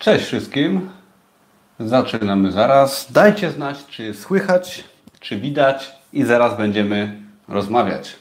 Cześć wszystkim. Zaczynamy zaraz. Dajcie znać, czy słychać, czy widać i zaraz będziemy rozmawiać.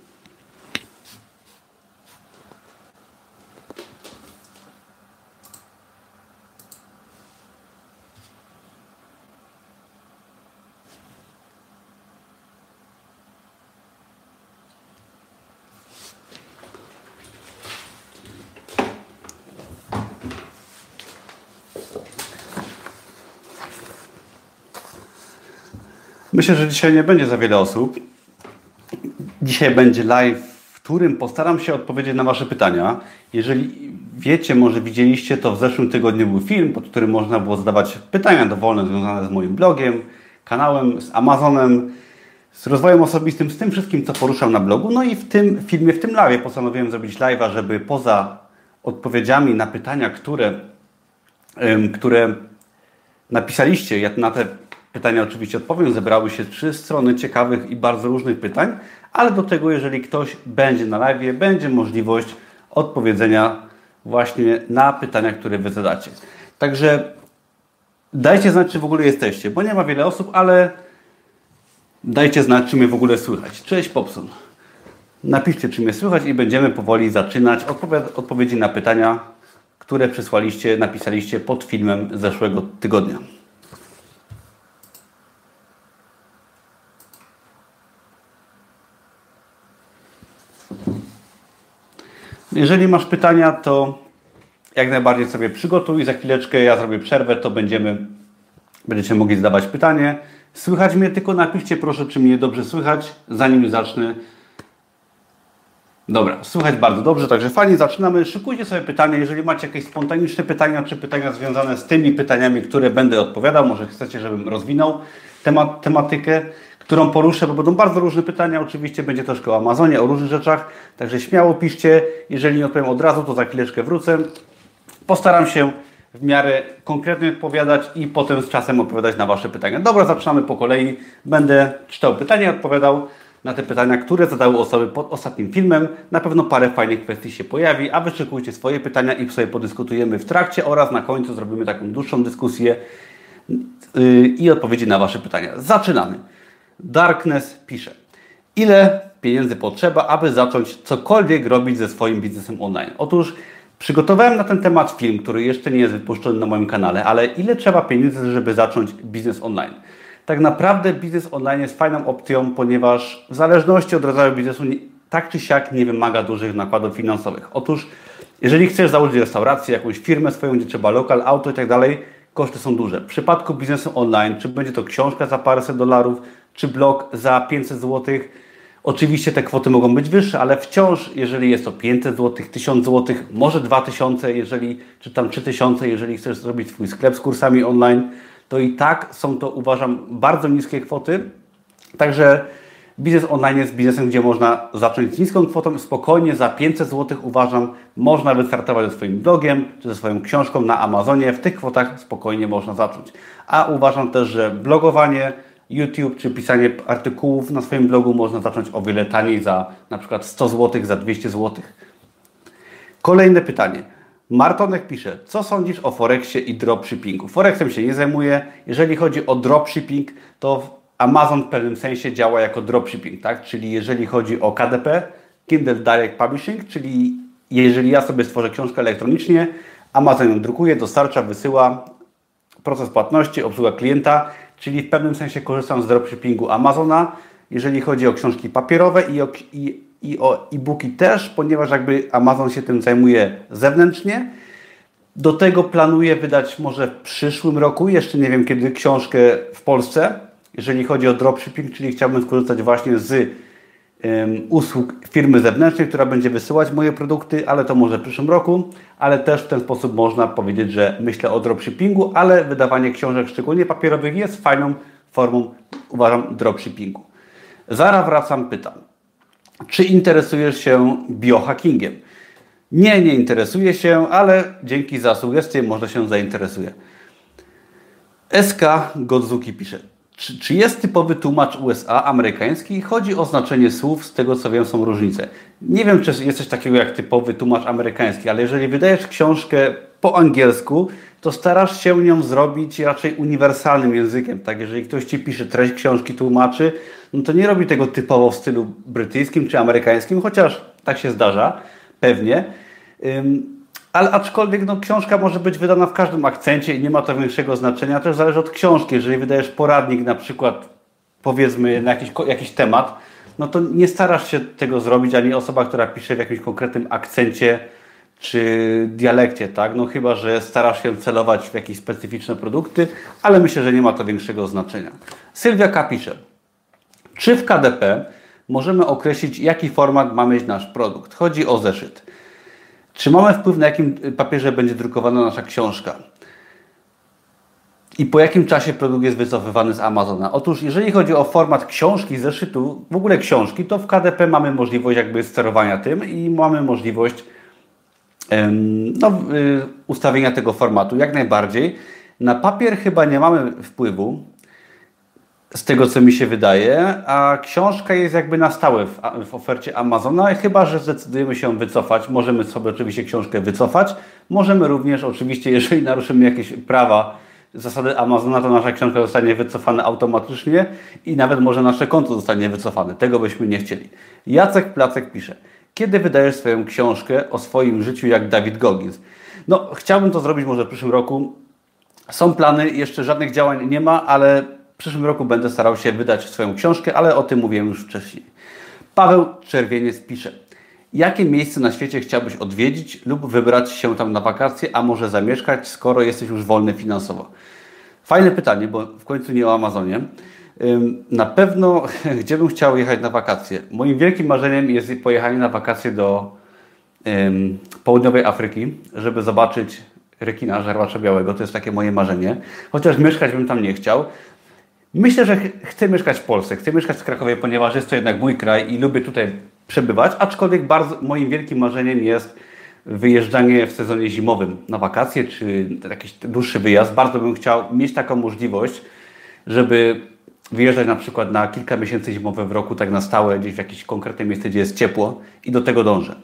Myślę, że dzisiaj nie będzie za wiele osób. Dzisiaj będzie live, w którym postaram się odpowiedzieć na Wasze pytania. Jeżeli wiecie, może widzieliście, to w zeszłym tygodniu był film, pod którym można było zadawać pytania dowolne związane z moim blogiem, kanałem, z Amazonem, z rozwojem osobistym, z tym wszystkim, co poruszam na blogu. No i w tym filmie, w tym live postanowiłem zrobić live'a, żeby poza odpowiedziami na pytania, które napisaliście, ja na te pytania oczywiście odpowiem. Zebrały się 3 strony ciekawych i bardzo różnych pytań, ale do tego, jeżeli ktoś będzie na live, będzie możliwość odpowiedzenia właśnie na pytania, które Wy zadacie. Także dajcie znać, czy w ogóle jesteście, bo nie ma wiele osób, ale dajcie znać, czy mnie w ogóle słychać. Cześć Popson. Napiszcie, czy mnie słychać i będziemy powoli zaczynać odpowiedzi na pytania, które przysłaliście, napisaliście pod filmem zeszłego tygodnia. Jeżeli masz pytania, to jak najbardziej sobie przygotuj. Za chwileczkę ja zrobię przerwę, to będziecie mogli zadawać pytanie. Słychać mnie, tylko napiszcie proszę, czy mnie dobrze słychać, zanim zacznę. Dobra, słychać bardzo dobrze, także fajnie, zaczynamy. Szykujcie sobie pytania, jeżeli macie jakieś spontaniczne pytania, czy pytania związane z tymi pytaniami, które będę odpowiadał. Może chcecie, żebym rozwinął tematykę, którą poruszę, bo będą bardzo różne pytania. Oczywiście będzie troszkę o Amazonie, o różnych rzeczach, także śmiało piszcie. Jeżeli nie odpowiem od razu, to za chwileczkę wrócę. Postaram się w miarę konkretnie odpowiadać i potem z czasem odpowiadać na Wasze pytania. Dobra, zaczynamy po kolei. Będę czytał pytania i odpowiadał na te pytania, które zadały osoby pod ostatnim filmem. Na pewno parę fajnych kwestii się pojawi, a Wy szykujcie swoje pytania i sobie podyskutujemy w trakcie oraz na końcu zrobimy taką dłuższą dyskusję i odpowiedzi na Wasze pytania. Zaczynamy. Darkness pisze: ile pieniędzy potrzeba, aby zacząć cokolwiek robić ze swoim biznesem online? Otóż przygotowałem na ten temat film, który jeszcze nie jest wypuszczony na moim kanale, ale ile trzeba pieniędzy, żeby zacząć biznes online? Tak naprawdę biznes online jest fajną opcją, ponieważ w zależności od rodzaju biznesu tak czy siak nie wymaga dużych nakładów finansowych. Otóż jeżeli chcesz założyć restaurację, jakąś firmę swoją, gdzie trzeba lokal, auto i tak dalej, koszty są duże. W przypadku biznesu online, czy będzie to książka za paręset dolarów, czy blog za 500 zł, oczywiście te kwoty mogą być wyższe, ale wciąż, jeżeli jest to 500 zł, 1000 zł, może 2000, czy tam 3000, jeżeli chcesz zrobić swój sklep z kursami online, to i tak są to, uważam, bardzo niskie kwoty. Także biznes online jest biznesem, gdzie można zacząć z niską kwotą. Spokojnie za 500 zł, uważam, można wystartować ze swoim blogiem, czy ze swoją książką na Amazonie. W tych kwotach spokojnie można zacząć. A uważam też, że blogowanie, YouTube czy pisanie artykułów na swoim blogu można zacząć o wiele taniej, za na przykład 100 zł, za 200 zł. Kolejne pytanie. Martonek pisze: co sądzisz o Forexie i dropshippingu? Forexem się nie zajmuję. Jeżeli chodzi o dropshipping, to Amazon w pewnym sensie działa jako dropshipping, tak? Czyli jeżeli chodzi o KDP, Kindle Direct Publishing, czyli jeżeli ja sobie stworzę książkę elektronicznie, Amazon ją drukuje, dostarcza, wysyła, proces płatności, obsługa klienta, czyli w pewnym sensie korzystam z dropshippingu Amazona, jeżeli chodzi o książki papierowe i o e-booki też, ponieważ jakby Amazon się tym zajmuje zewnętrznie. Do tego planuję wydać może w przyszłym roku, jeszcze nie wiem kiedy, książkę w Polsce, jeżeli chodzi o dropshipping, czyli chciałbym skorzystać właśnie z usług firmy zewnętrznej, która będzie wysyłać moje produkty, ale to może w przyszłym roku, ale też w ten sposób można powiedzieć, że myślę o dropshippingu, ale wydawanie książek, szczególnie papierowych, jest fajną formą, uważam, dropshippingu. Zaraz wracam, pytam: czy interesujesz się biohackingiem? Nie interesuję się, ale dzięki za sugestię, może się zainteresuję. SK Godzuki pisze: czy jest typowy tłumacz USA, amerykański? Chodzi o znaczenie słów, z tego co wiem są różnice. Nie wiem, czy jest coś takiego jak typowy tłumacz amerykański, ale jeżeli wydajesz książkę po angielsku, to starasz się nią zrobić raczej uniwersalnym językiem. Tak, jeżeli ktoś ci pisze treść książki, tłumaczy, no to nie robi tego typowo w stylu brytyjskim czy amerykańskim, chociaż tak się zdarza, pewnie. Ale aczkolwiek no, książka może być wydana w każdym akcencie i nie ma to większego znaczenia. Też zależy od książki. Jeżeli wydajesz poradnik na przykład, powiedzmy, na jakiś temat, no to nie starasz się tego zrobić, ani osoba, która pisze w jakimś konkretnym akcencie czy dialekcie, tak? No chyba że starasz się celować w jakieś specyficzne produkty, ale myślę, że nie ma to większego znaczenia. Sylwia K. pisze, czy w KDP możemy określić, jaki format ma mieć nasz produkt? Chodzi o zeszyt. Czy mamy wpływ, na jakim papierze będzie drukowana nasza książka? I po jakim czasie produkt jest wycofywany z Amazona? Otóż jeżeli chodzi o format książki, zeszytu, w ogóle książki, to w KDP mamy możliwość jakby sterowania tym i mamy możliwość ustawienia tego formatu jak najbardziej. Na papier chyba nie mamy wpływu, z tego co mi się wydaje, a książka jest jakby na stałe w ofercie Amazona, chyba że zdecydujemy się wycofać. Możemy sobie oczywiście książkę wycofać. Możemy również oczywiście, jeżeli naruszymy jakieś prawa, zasady Amazona, to nasza książka zostanie wycofana automatycznie i nawet może nasze konto zostanie wycofane. Tego byśmy nie chcieli. Jacek Placek pisze, kiedy wydajesz swoją książkę o swoim życiu jak David Goggins? No, chciałbym to zrobić może w przyszłym roku. Są plany, jeszcze żadnych działań nie ma, ale w przyszłym roku będę starał się wydać swoją książkę, ale o tym mówiłem już wcześniej. Paweł Czerwieniec pisze, jakie miejsce na świecie chciałbyś odwiedzić lub wybrać się tam na wakacje, a może zamieszkać, skoro jesteś już wolny finansowo? Fajne pytanie, bo w końcu nie o Amazonie. Na pewno, gdzie bym chciał jechać na wakacje? Moim wielkim marzeniem jest pojechanie na wakacje do południowej Afryki, żeby zobaczyć rekina, żarłacza białego. To jest takie moje marzenie. Chociaż mieszkać bym tam nie chciał. Myślę, że chcę mieszkać w Polsce. Chcę mieszkać w Krakowie, ponieważ jest to jednak mój kraj i lubię tutaj przebywać. Aczkolwiek moim wielkim marzeniem jest wyjeżdżanie w sezonie zimowym na wakacje, czy jakiś dłuższy wyjazd. Bardzo bym chciał mieć taką możliwość, żeby wyjeżdżać na przykład na kilka miesięcy zimowe w roku, tak na stałe, gdzieś w jakieś konkretne miejsce, gdzie jest ciepło i do tego dążę.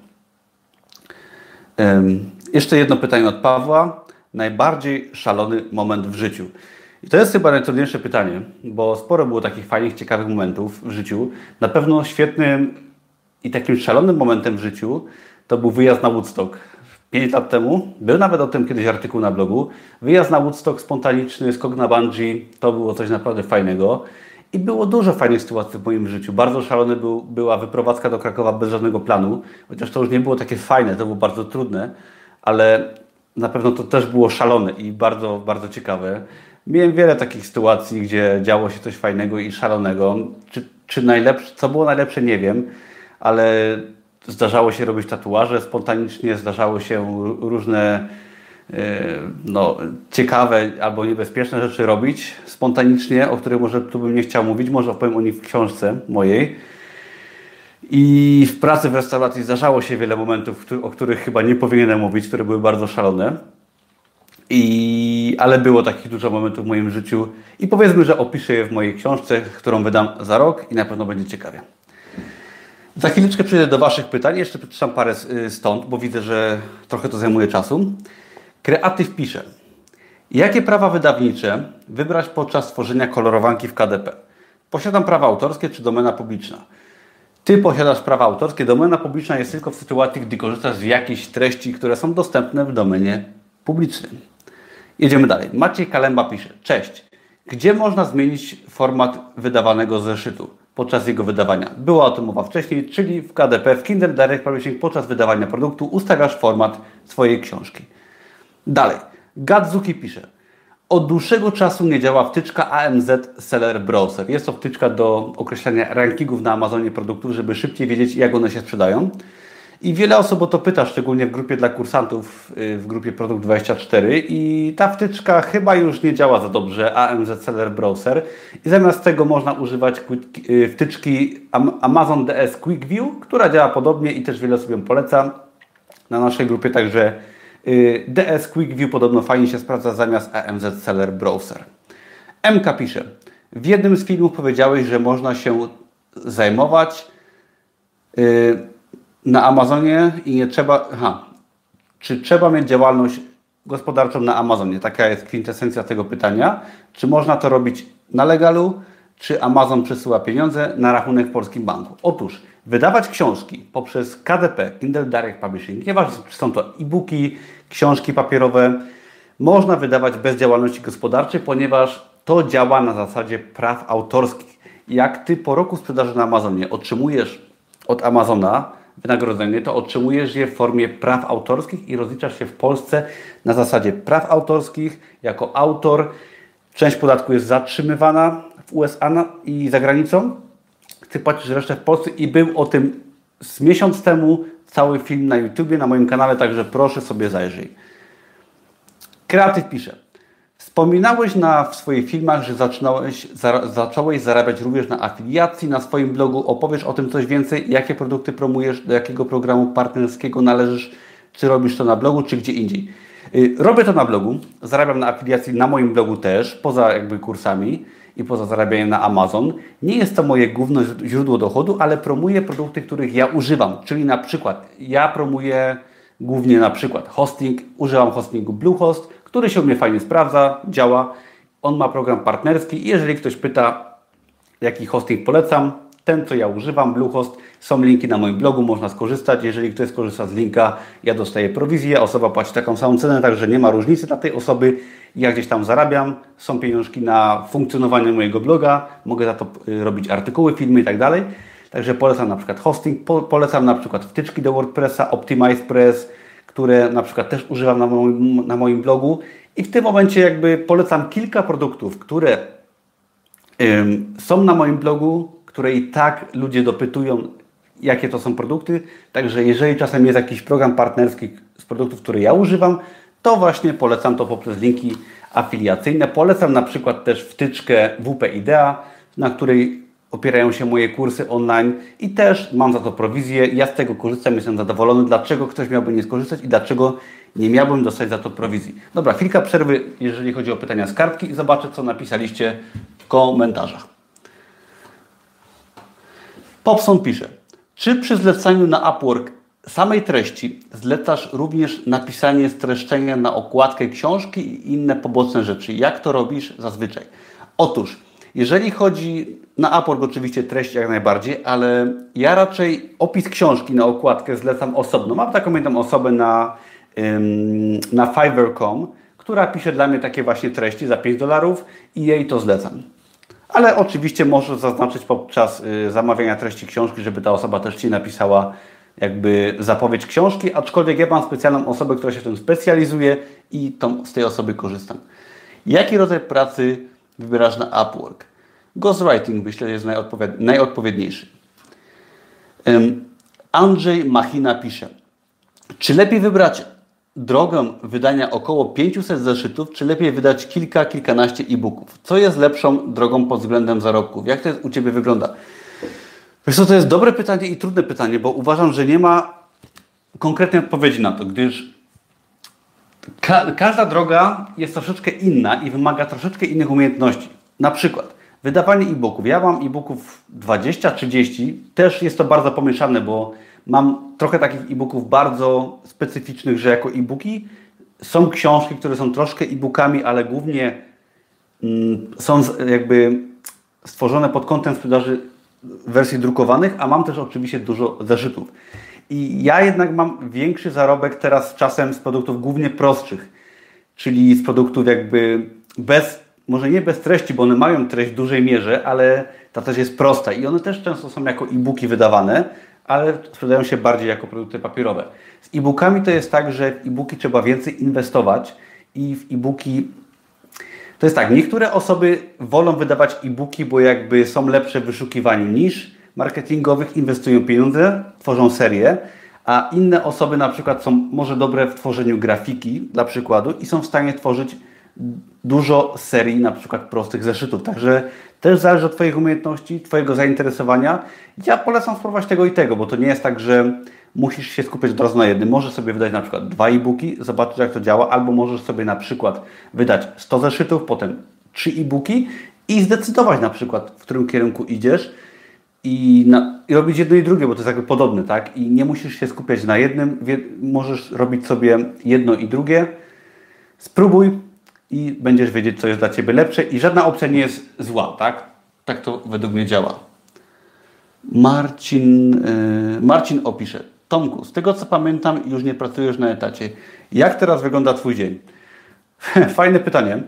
Jeszcze jedno pytanie od Pawła. Najbardziej szalony moment w życiu. I to jest chyba najtrudniejsze pytanie, bo sporo było takich fajnych, ciekawych momentów w życiu. Na pewno świetnym i takim szalonym momentem w życiu to był wyjazd na Woodstock 5 lat temu. Był nawet o tym kiedyś artykuł na blogu. Wyjazd na Woodstock spontaniczny, skok na bungee, to było coś naprawdę fajnego. I było dużo fajnych sytuacji w moim życiu. Bardzo szalony była wyprowadzka do Krakowa bez żadnego planu, chociaż to już nie było takie fajne, to było bardzo trudne, ale na pewno to też było szalone i bardzo, bardzo ciekawe. Miałem wiele takich sytuacji, gdzie działo się coś fajnego i szalonego. Co było najlepsze, nie wiem, ale zdarzało się robić tatuaże spontanicznie, zdarzały się różne ciekawe albo niebezpieczne rzeczy robić spontanicznie, o których może tu bym nie chciał mówić, może opowiem o nich w książce mojej. I w pracy w restauracji zdarzało się wiele momentów, o których chyba nie powinienem mówić, które były bardzo szalone. Ale było takich dużo momentów w moim życiu i powiedzmy, że opiszę je w mojej książce, którą wydam za rok i na pewno będzie ciekawie. Za chwileczkę przejdę do Waszych pytań. Jeszcze przeczytam parę stąd, bo widzę, że trochę to zajmuje czasu. Kreatyw pisze. Jakie prawa wydawnicze wybrać podczas tworzenia kolorowanki w KDP? Posiadam prawa autorskie czy domena publiczna? Ty posiadasz prawa autorskie. Domena publiczna jest tylko w sytuacji, gdy korzystasz z jakichś treści, które są dostępne w domenie publicznej. Jedziemy dalej. Maciej Kalemba pisze. Cześć. Gdzie można zmienić format wydawanego zeszytu podczas jego wydawania? Była o tym mowa wcześniej, czyli w KDP, w Kindle Direct Publishing podczas wydawania produktu ustawiasz format swojej książki. Dalej. Gadzuki pisze. Od dłuższego czasu nie działa wtyczka AMZ Seller Browser. Jest to wtyczka do określania rankingów na Amazonie produktów, żeby szybciej wiedzieć, jak one się sprzedają. I wiele osób o to pyta, szczególnie w grupie dla kursantów, w grupie Produkt24 i ta wtyczka chyba już nie działa za dobrze, AMZ Seller Browser. I zamiast tego można używać wtyczki Amazon DS Quick View, która działa podobnie i też wiele osób ją poleca na naszej grupie, także DS Quick View podobno fajnie się sprawdza zamiast AMZ Seller Browser. MK pisze, w jednym z filmów powiedziałeś, że można się zajmować na Amazonie i nie trzeba... Czy trzeba mieć działalność gospodarczą na Amazonie? Taka jest kwintesencja tego pytania. Czy można to robić na legalu, czy Amazon przesyła pieniądze na rachunek w polskim banku? Otóż wydawać książki poprzez KDP, Kindle Direct Publishing, nieważne czy są to e-booki, książki papierowe, można wydawać bez działalności gospodarczej, ponieważ to działa na zasadzie praw autorskich. Jak Ty po roku sprzedaży na Amazonie otrzymujesz od Amazona wynagrodzenie, to otrzymujesz je w formie praw autorskich i rozliczasz się w Polsce na zasadzie praw autorskich jako autor. Część podatku jest zatrzymywana w USA i za granicą. Ty płacisz resztę w Polsce i był o tym z miesiąc temu cały film na YouTubie, na moim kanale, także proszę sobie zajrzyj. Kreatyw pisze. Wspominałeś w swoich filmach, że zacząłeś zarabiać również na afiliacji na swoim blogu. Opowiesz o tym coś więcej? Jakie produkty promujesz? Do jakiego programu partnerskiego należysz? Czy robisz to na blogu, czy gdzie indziej? Robię to na blogu. Zarabiam na afiliacji na moim blogu też, poza jakby kursami i poza zarabianiem na Amazon. Nie jest to moje główne źródło dochodu, ale promuję produkty, których ja używam. Czyli na przykład ja promuję głównie na przykład hosting. Używam hostingu Bluehost, który się u mnie fajnie sprawdza, działa. On ma program partnerski i jeżeli ktoś pyta, jaki hosting polecam, ten co ja używam, Bluehost, są linki na moim blogu, można skorzystać. Jeżeli ktoś skorzysta z linka, ja dostaję prowizję, osoba płaci taką samą cenę, także nie ma różnicy dla tej osoby. Ja gdzieś tam zarabiam, są pieniążki na funkcjonowanie mojego bloga, mogę za to robić artykuły, filmy i tak dalej. Także polecam na przykład hosting, polecam na przykład wtyczki do WordPressa, OptimizePress, które na przykład też używam na moim blogu i w tym momencie jakby polecam kilka produktów, które są na moim blogu, które i tak ludzie dopytują, jakie to są produkty. Także jeżeli czasem jest jakiś program partnerski z produktów, które ja używam, to właśnie polecam to poprzez linki afiliacyjne. Polecam na przykład też wtyczkę WP Idea, na której opierają się moje kursy online i też mam za to prowizję. Ja z tego korzystam, jestem zadowolony. Dlaczego ktoś miałby nie skorzystać i dlaczego nie miałbym dostać za to prowizji? Dobra, chwilka przerwy, jeżeli chodzi o pytania z kartki i zobaczę, co napisaliście w komentarzach. Popson pisze, czy przy zlecaniu na Upwork samej treści zlecasz również napisanie streszczenia na okładkę książki i inne poboczne rzeczy? Jak to robisz zazwyczaj? Otóż, jeżeli chodzi na Upwork, oczywiście treść jak najbardziej, ale ja raczej opis książki na okładkę zlecam osobno. Mam taką jedną osobę na Fiverr.com, która pisze dla mnie takie właśnie treści za $5 i jej to zlecam. Ale oczywiście możesz zaznaczyć podczas zamawiania treści książki, żeby ta osoba też Ci napisała jakby zapowiedź książki, aczkolwiek ja mam specjalną osobę, która się w tym specjalizuje i z tej osoby korzystam. Jaki rodzaj pracy wybierasz na Upwork? Ghostwriting myślę jest najodpowiedniejszy. Andrzej Machina pisze, czy lepiej wybrać drogę wydania około 500 zeszytów, czy lepiej wydać kilkanaście e-booków? Co jest lepszą drogą pod względem zarobków? Jak to u Ciebie wygląda? Wiesz co, to jest dobre pytanie i trudne pytanie, bo uważam, że nie ma konkretnej odpowiedzi na to, gdyż każda droga jest troszeczkę inna i wymaga troszeczkę innych umiejętności. Na przykład wydawanie e-booków. Ja mam e-booków 20-30, też jest to bardzo pomieszane, bo mam trochę takich e-booków bardzo specyficznych, że jako e-booki są książki, które są troszkę e-bookami, ale głównie są jakby stworzone pod kątem sprzedaży wersji drukowanych, a mam też oczywiście dużo zeszytów. I ja jednak mam większy zarobek teraz czasem z produktów głównie prostszych, czyli z produktów jakby może nie bez treści, bo one mają treść w dużej mierze, ale ta też jest prosta i one też często są jako e-booki wydawane, ale sprzedają się bardziej jako produkty papierowe. Z e-bookami to jest tak, że w e-booki trzeba więcej inwestować i w e-booki to jest tak, niektóre osoby wolą wydawać e-booki, bo jakby są lepsze w wyszukiwaniu niż marketingowych, inwestują pieniądze, tworzą serię, a inne osoby na przykład są może dobre w tworzeniu grafiki dla przykładu i są w stanie tworzyć dużo serii na przykład prostych zeszytów. Także też zależy od Twoich umiejętności, Twojego zainteresowania. Ja polecam spróbować tego i tego, bo to nie jest tak, że musisz się skupiać od razu na jednym. Możesz sobie wydać na przykład 2 e-booki, zobaczyć jak to działa, albo możesz sobie na przykład wydać 100 zeszytów, potem 3 e-booki i zdecydować na przykład, w którym kierunku idziesz i robić jedno i drugie, bo to jest jakby podobne, tak? I nie musisz się skupiać na jednym, możesz robić sobie jedno i drugie. Spróbuj i będziesz wiedzieć, co jest dla Ciebie lepsze i żadna opcja nie jest zła, tak? Tak to według mnie działa. Marcin opisze. Tomku, z tego co pamiętam, już nie pracujesz na etacie. Jak teraz wygląda Twój dzień? Fajne pytanie.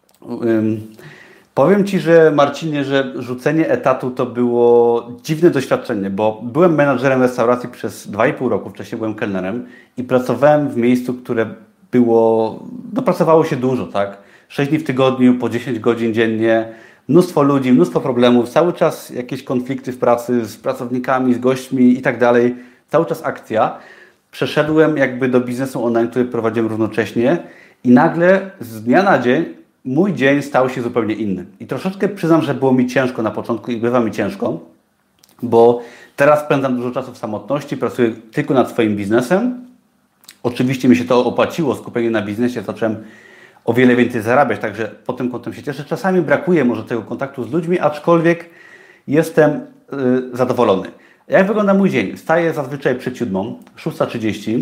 Powiem Ci, że Marcinie, że rzucenie etatu to było dziwne doświadczenie, bo byłem menadżerem restauracji przez 2,5 roku, wcześniej byłem kelnerem i pracowałem w miejscu, które było, pracowało się dużo, tak? 6 dni w tygodniu, po 10 godzin dziennie, mnóstwo ludzi, mnóstwo problemów, cały czas jakieś konflikty w pracy z pracownikami, z gośćmi i tak dalej, cały czas akcja. Przeszedłem jakby do biznesu online, który prowadziłem równocześnie i nagle z dnia na dzień mój dzień stał się zupełnie inny. I troszeczkę przyznam, że było mi ciężko na początku i bywa mi ciężko, bo teraz spędzam dużo czasu w samotności, pracuję tylko nad swoim biznesem. Oczywiście mi się to opłaciło, skupienie na biznesie, zacząłem o wiele więcej zarabiać, także pod tym kątem się cieszę. Czasami brakuje może tego kontaktu z ludźmi, aczkolwiek jestem zadowolony. Jak wygląda mój dzień? Wstaję zazwyczaj przed 7, 6:30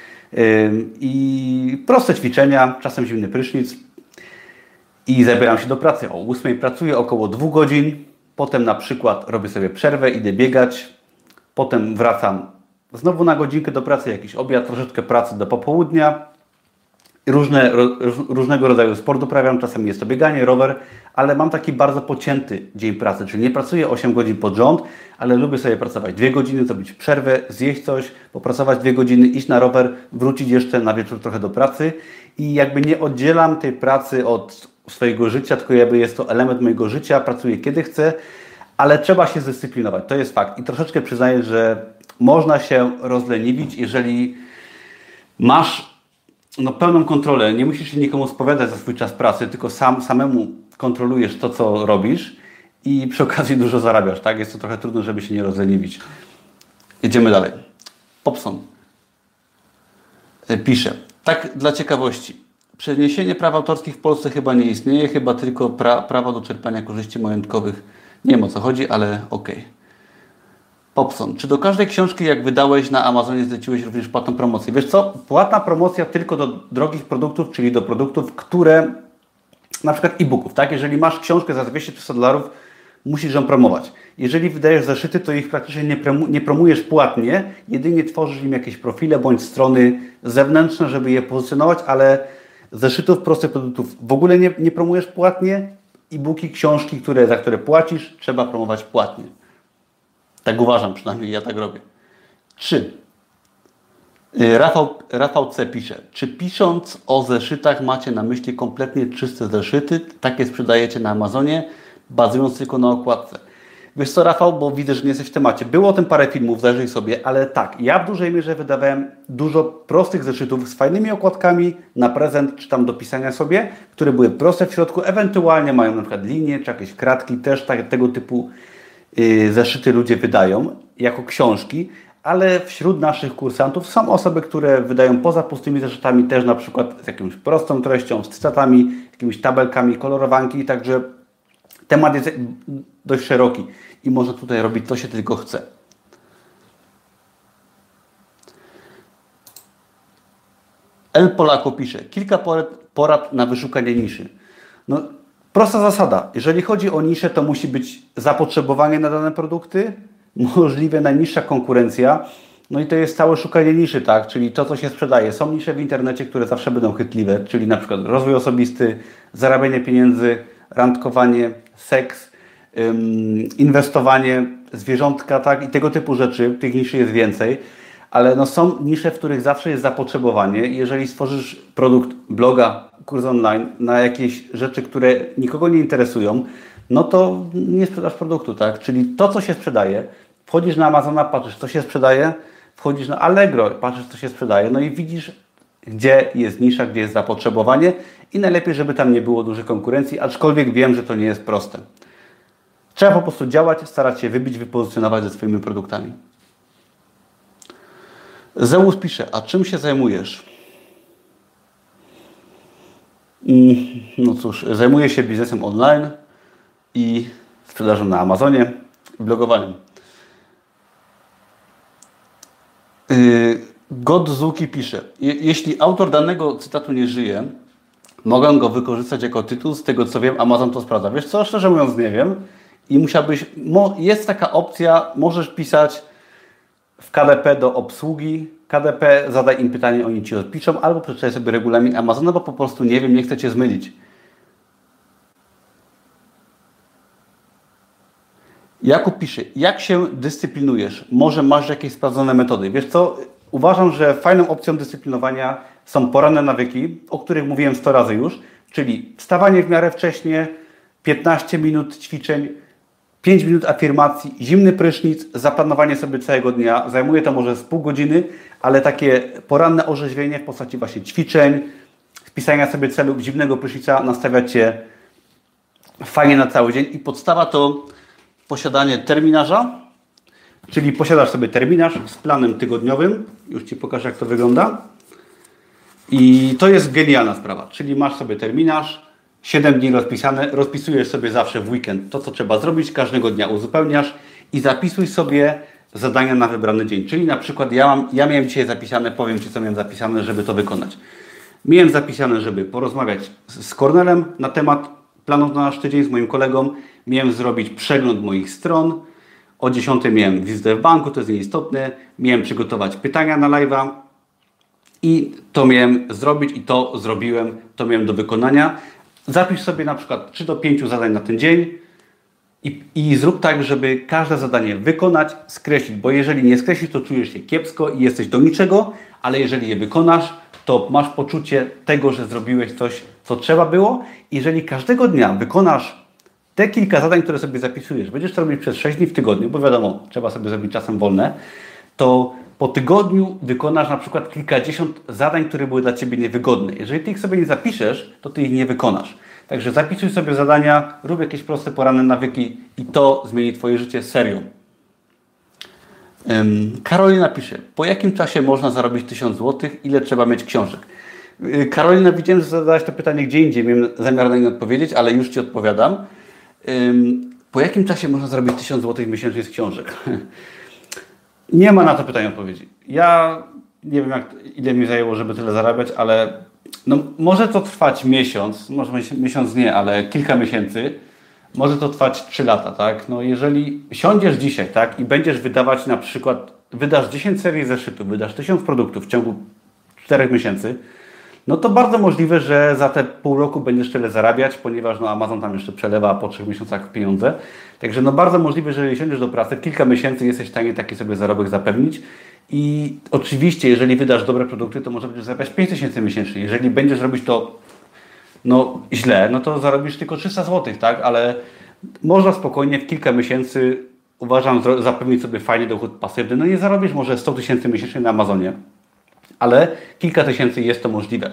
i proste ćwiczenia, czasem zimny prysznic i zabieram się do pracy. O 8 pracuję około 2 godzin, potem na przykład robię sobie przerwę, idę biegać, potem wracam znowu na godzinkę do pracy, jakiś obiad, troszeczkę pracy do popołudnia. Różnego rodzaju sport uprawiam, czasem jest to bieganie, rower, ale mam taki bardzo pocięty dzień pracy, czyli nie pracuję 8 godzin pod rząd, ale lubię sobie pracować 2 godziny, zrobić przerwę, zjeść coś, popracować 2 godziny, iść na rower, wrócić jeszcze na wieczór trochę do pracy i jakby nie oddzielam tej pracy od swojego życia, tylko jakby jest to element mojego życia, pracuję kiedy chcę, ale trzeba się zdyscyplinować, to jest fakt i troszeczkę przyznaję, że można się rozleniwić, jeżeli masz pełną kontrolę, nie musisz się nikomu spowiadać za swój czas pracy, tylko samemu kontrolujesz to, co robisz i przy okazji dużo zarabiasz, tak? Jest to trochę trudno, żeby się nie rozleniwić. Jedziemy dalej. Popson pisze, tak dla ciekawości, przeniesienie praw autorskich w Polsce chyba nie istnieje, chyba tylko prawo do czerpania korzyści majątkowych. Nie wiem o co chodzi, ale okej. Popson, czy do każdej książki, jak wydałeś na Amazonie, zleciłeś również płatną promocję? Wiesz co? Płatna promocja tylko do drogich produktów, czyli do produktów, które, na przykład e-booków, tak? Jeżeli masz książkę za $200-300, musisz ją promować. Jeżeli wydajesz zeszyty, to ich praktycznie nie promujesz płatnie, jedynie tworzysz im jakieś profile bądź strony zewnętrzne, żeby je pozycjonować, ale zeszytów, prostych produktów w ogóle nie promujesz płatnie. E-booki, książki, za które płacisz, trzeba promować płatnie. Tak uważam, przynajmniej ja tak robię. 3. Rafał C. pisze. Czy pisząc o zeszytach macie na myśli kompletnie czyste zeszyty? Takie sprzedajecie na Amazonie, bazując tylko na okładce. Wiesz co, Rafał, bo widzę, że nie jesteś w temacie. Było o tym parę filmów, zajrzyj sobie, ale tak, ja w dużej mierze wydawałem dużo prostych zeszytów z fajnymi okładkami na prezent, czy tam do pisania sobie, które były proste w środku, ewentualnie mają na przykład linie, czy jakieś kratki, też tego typu zeszyty ludzie wydają jako książki, ale wśród naszych kursantów są osoby, które wydają poza pustymi zeszytami też na przykład z jakąś prostą treścią, z cytatami, jakimiś tabelkami, kolorowanki, także temat jest dość szeroki i można tutaj robić co się tylko chce. El Polako pisze, kilka porad na wyszukanie niszy. No, prosta zasada. Jeżeli chodzi o niszę, to musi być zapotrzebowanie na dane produkty, możliwie najniższa konkurencja, no i to jest całe szukanie niszy, tak? Czyli to, co się sprzedaje. Są nisze w internecie, które zawsze będą chytliwe, czyli na przykład rozwój osobisty, zarabianie pieniędzy, randkowanie, seks, inwestowanie, zwierzątka, tak? I tego typu rzeczy, tych niszy jest więcej. Ale no są nisze, w których zawsze jest zapotrzebowanie. Jeżeli stworzysz produkt, bloga, kurs online na jakieś rzeczy, które nikogo nie interesują, no to nie sprzedasz produktu, tak? Czyli to, co się sprzedaje, wchodzisz na Amazona, patrzysz, co się sprzedaje, wchodzisz na Allegro, patrzysz, co się sprzedaje, no i widzisz, gdzie jest nisza, gdzie jest zapotrzebowanie i najlepiej, żeby tam nie było dużej konkurencji, aczkolwiek wiem, że to nie jest proste. Trzeba po prostu działać, starać się wybić, wypozycjonować ze swoimi produktami. Zeus pisze, a czym się zajmujesz? No cóż, zajmuję się biznesem online i sprzedażą na Amazonie i blogowaniem. Godzuki pisze, jeśli autor danego cytatu nie żyje, Mogę go wykorzystać jako tytuł, z tego co wiem, Amazon to sprawdza. Wiesz co, szczerze mówiąc nie wiem i musiałbyś, jest taka opcja, możesz pisać w KDP do obsługi KDP, zadaj im pytanie, oni Ci odpiszą, albo przeczytaj sobie regulamin Amazona, bo po prostu nie wiem, nie chcę Cię zmylić. Jakub pisze, jak się dyscyplinujesz? Może masz jakieś sprawdzone metody? Wiesz co, uważam, że fajną opcją dyscyplinowania są poranne nawyki, o których mówiłem 100 razy już, czyli wstawanie w miarę wcześnie, 15 minut ćwiczeń, 5 minut afirmacji, zimny prysznic, zaplanowanie sobie całego dnia. Zajmuje to może z pół godziny, ale takie poranne orzeźwienie w postaci właśnie ćwiczeń, wpisania sobie celów, zimnego prysznica nastawia Cię fajnie na cały dzień i podstawa to posiadanie terminarza, czyli posiadasz sobie terminarz z planem tygodniowym. Już Ci pokażę, jak to wygląda. I to jest genialna sprawa, czyli masz sobie terminarz, 7 dni rozpisane, rozpisujesz sobie zawsze w weekend to, co trzeba zrobić, każdego dnia uzupełniasz i zapisuj sobie zadania na wybrany dzień. Czyli na przykład ja miałem dzisiaj zapisane, powiem Ci, co miałem zapisane, żeby to wykonać. Miałem zapisane, żeby porozmawiać z Kornelem na temat planów na nasz tydzień, z moim kolegą. Miałem zrobić przegląd moich stron. O 10 miałem wizytę w banku, to jest nieistotne. Miałem przygotować pytania na live'a. I to miałem zrobić i to zrobiłem, to miałem do wykonania. Zapisz sobie na przykład 3 do 5 zadań na ten dzień i zrób tak, żeby każde zadanie wykonać, skreślić, bo jeżeli nie skreślisz, to czujesz się kiepsko i jesteś do niczego, ale jeżeli je wykonasz, to masz poczucie tego, że zrobiłeś coś, co trzeba było. Jeżeli każdego dnia wykonasz te kilka zadań, które sobie zapisujesz, będziesz to robić przez 6 dni w tygodniu, bo wiadomo, trzeba sobie zrobić czasem wolne, to po tygodniu wykonasz na przykład kilkadziesiąt zadań, które były dla Ciebie niewygodne. Jeżeli Ty ich sobie nie zapiszesz, to Ty ich nie wykonasz. Także zapisuj sobie zadania, rób jakieś proste poranne nawyki i to zmieni Twoje życie serio. Karolina pisze, po jakim czasie można zarobić 1000 zł? Ile trzeba mieć książek? Karolina, widziałem, że zadałeś to pytanie gdzie indziej, miałem zamiar na nie odpowiedzieć, ale już Ci odpowiadam. Po jakim czasie można zarobić 1000 zł miesięcznie z książek? Nie ma na to pytania odpowiedzi. Ja nie wiem, ile mi zajęło, żeby tyle zarabiać, ale no, może to trwać miesiąc, może miesiąc nie, ale kilka miesięcy. Może to trwać 3 lata, tak? No jeżeli siądziesz dzisiaj, tak, i będziesz wydawać na przykład, wydasz 10 serii zeszytów, wydasz 1000 produktów w ciągu 4 miesięcy, no to bardzo możliwe, że za te pół roku będziesz tyle zarabiać, ponieważ no, Amazon tam jeszcze przelewa po 3 miesiącach pieniądze. Także no bardzo możliwe, że jeżeli siądziesz do pracy, kilka miesięcy jesteś w stanie taki sobie zarobek zapewnić. I oczywiście, jeżeli wydasz dobre produkty, to może będziesz zarabiać 5000 miesięcznie. Jeżeli będziesz robić to no, źle, no to zarobisz tylko 300 zł, tak? Ale można spokojnie w kilka miesięcy, uważam, zapewnić sobie fajny dochód pasywny. No nie zarobisz może 100 000 miesięcznie na Amazonie, ale kilka tysięcy jest to możliwe.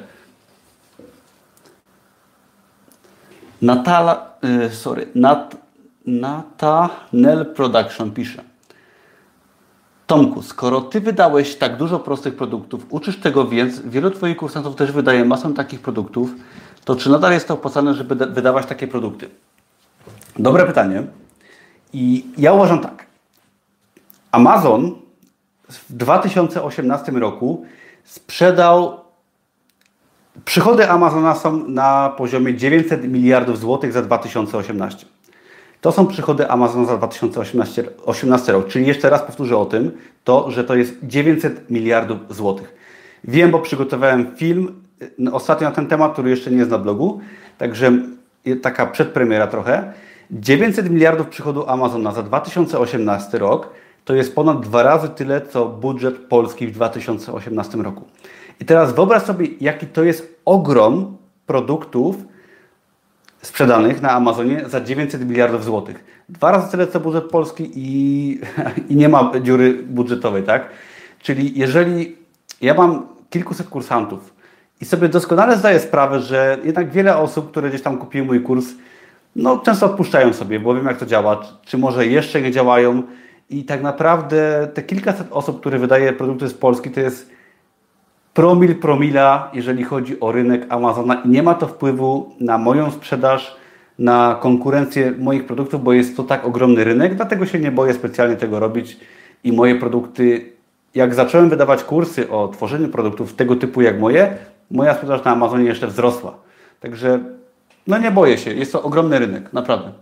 Natanel Production pisze. Tomku, skoro Ty wydałeś tak dużo prostych produktów, uczysz tego więc, wielu Twoich kursantów też wydaje masę takich produktów, to czy nadal jest to opłacalne, żeby wydawać takie produkty? Dobre pytanie. I ja uważam tak. Amazon w 2018 roku sprzedał, przychody Amazona są na poziomie 900 miliardów złotych za 2018. To są przychody Amazona za 2018 rok. Czyli jeszcze raz powtórzę o tym, że to jest 900 miliardów złotych. Wiem, bo przygotowałem film ostatnio na ten temat, który jeszcze nie jest na blogu. Także taka przedpremiera trochę. 900 miliardów przychodu Amazona za 2018 rok to jest ponad 2 razy tyle, co budżet Polski w 2018 roku. I teraz wyobraź sobie, jaki to jest ogrom produktów sprzedanych na Amazonie za 900 miliardów złotych. 2 razy tyle, co budżet Polski i nie ma dziury budżetowej, tak? Czyli jeżeli ja mam kilkuset kursantów i sobie doskonale zdaję sprawę, że jednak wiele osób, które gdzieś tam kupiły mój kurs, no często odpuszczają sobie, bo wiem jak to działa, czy może jeszcze nie działają i tak naprawdę te kilkaset osób, które wydaje produkty z Polski, to jest promila, jeżeli chodzi o rynek Amazona i nie ma to wpływu na moją sprzedaż, na konkurencję moich produktów, bo jest to tak ogromny rynek, dlatego się nie boję specjalnie tego robić i moje produkty, jak zacząłem wydawać kursy o tworzeniu produktów tego typu jak moja sprzedaż na Amazonie jeszcze wzrosła. Także no nie boję się, jest to ogromny rynek, naprawdę.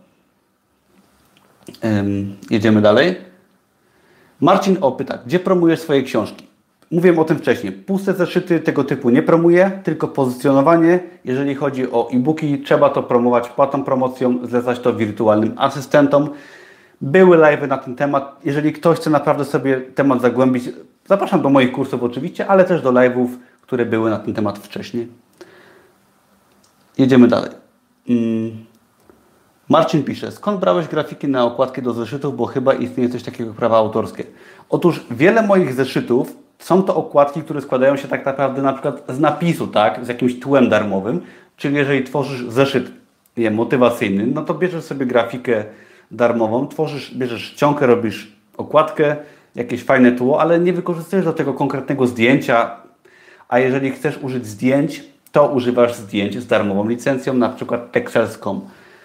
Jedziemy dalej. Marcin pyta, gdzie promujesz swoje książki? Mówiłem o tym wcześniej. Puste zeszyty tego typu nie promuję, tylko pozycjonowanie. Jeżeli chodzi o e-booki, trzeba to promować płatną promocją, zlecać to wirtualnym asystentom. Były live'y na ten temat. Jeżeli ktoś chce naprawdę sobie temat zagłębić, zapraszam do moich kursów oczywiście, ale też do live'ów, które były na ten temat wcześniej. Jedziemy dalej. Marcin pisze, skąd brałeś grafiki na okładki do zeszytów, bo chyba istnieje coś takiego jak prawa autorskie. Otóż wiele moich zeszytów są to okładki, które składają się tak naprawdę na przykład z napisu, tak, z jakimś tłem darmowym, czyli jeżeli tworzysz zeszyt motywacyjny, no to bierzesz sobie grafikę darmową, bierzesz czcionkę, robisz okładkę, jakieś fajne tło, ale nie wykorzystujesz do tego konkretnego zdjęcia, a jeżeli chcesz użyć zdjęć, to używasz zdjęć z darmową licencją, na przykład Texels.com.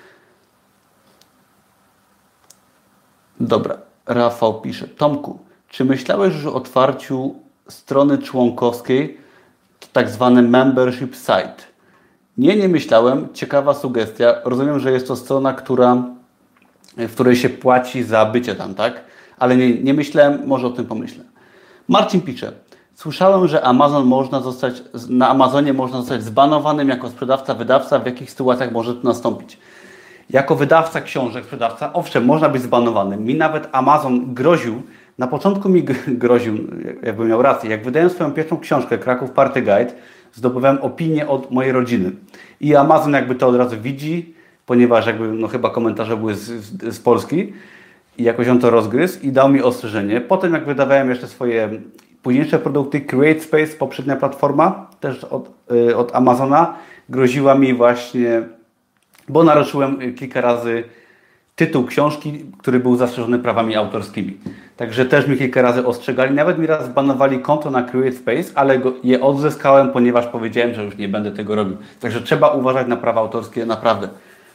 Dobra, Rafał pisze, Tomku, czy myślałeś już o otwarciu strony członkowskiej, tak zwany membership site? Nie myślałem, ciekawa sugestia. Rozumiem, że jest to strona, w której się płaci za bycie tam, tak? Ale nie myślałem, może o tym pomyślę. Marcin pisze, słyszałem, że na Amazonie można zostać zbanowanym jako sprzedawca, wydawca. W jakich sytuacjach może to nastąpić? Jako wydawca książek, sprzedawca, owszem, można być zbanowanym. Mi nawet Amazon groził, na początku mi groził, jakbym miał rację. Jak wydałem swoją pierwszą książkę, Kraków Party Guide, zdobywałem opinię od mojej rodziny. I Amazon jakby to od razu widzi, ponieważ jakby, no chyba komentarze były z Polski i jakoś on to rozgryzł i dał mi ostrzeżenie. Potem jak wydawałem jeszcze swoje późniejsze produkty, CreateSpace, poprzednia platforma, też od Amazona, groziła mi właśnie, bo naruszyłem kilka razy tytuł książki, który był zastrzeżony prawami autorskimi. Także też mi kilka razy ostrzegali. Nawet mi raz zbanowali konto na CreateSpace, ale je odzyskałem, ponieważ powiedziałem, że już nie będę tego robił. Także trzeba uważać na prawa autorskie naprawdę.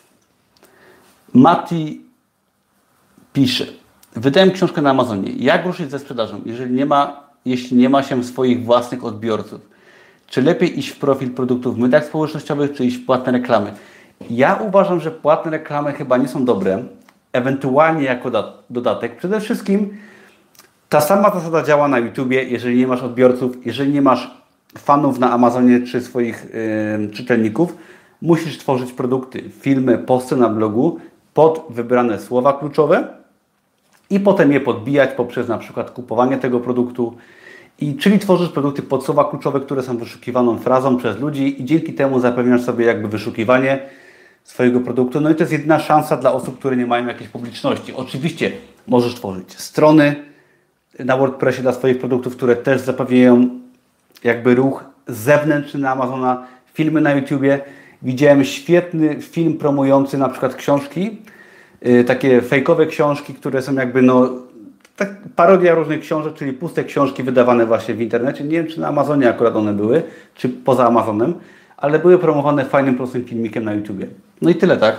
Mati pisze, wydałem książkę na Amazonie. Jak ruszyć ze sprzedażą, jeśli nie ma się swoich własnych odbiorców? Czy lepiej iść w profil produktów w mediach społecznościowych, czy iść w płatne reklamy? Ja uważam, że płatne reklamy chyba nie są dobre, ewentualnie jako dodatek. Przede wszystkim ta sama zasada działa na YouTubie, jeżeli nie masz odbiorców, jeżeli nie masz fanów na Amazonie czy swoich czytelników, musisz tworzyć produkty, filmy, posty na blogu pod wybrane słowa kluczowe i potem je podbijać poprzez na przykład kupowanie tego produktu. Czyli tworzysz produkty pod słowa kluczowe, które są wyszukiwaną frazą przez ludzi i dzięki temu zapewniasz sobie jakby wyszukiwanie swojego produktu. No i to jest jedyna szansa dla osób, które nie mają jakiejś publiczności. Oczywiście możesz tworzyć strony na WordPressie dla swoich produktów, które też zapewniają jakby ruch zewnętrzny na Amazona, filmy na YouTubie. Widziałem świetny film promujący na przykład książki, takie fejkowe książki, które są jakby tak parodia różnych książek, czyli puste książki wydawane właśnie w internecie. Nie wiem, czy na Amazonie akurat one były, czy poza Amazonem, ale były promowane fajnym, prostym filmikiem na YouTubie. No i tyle, tak?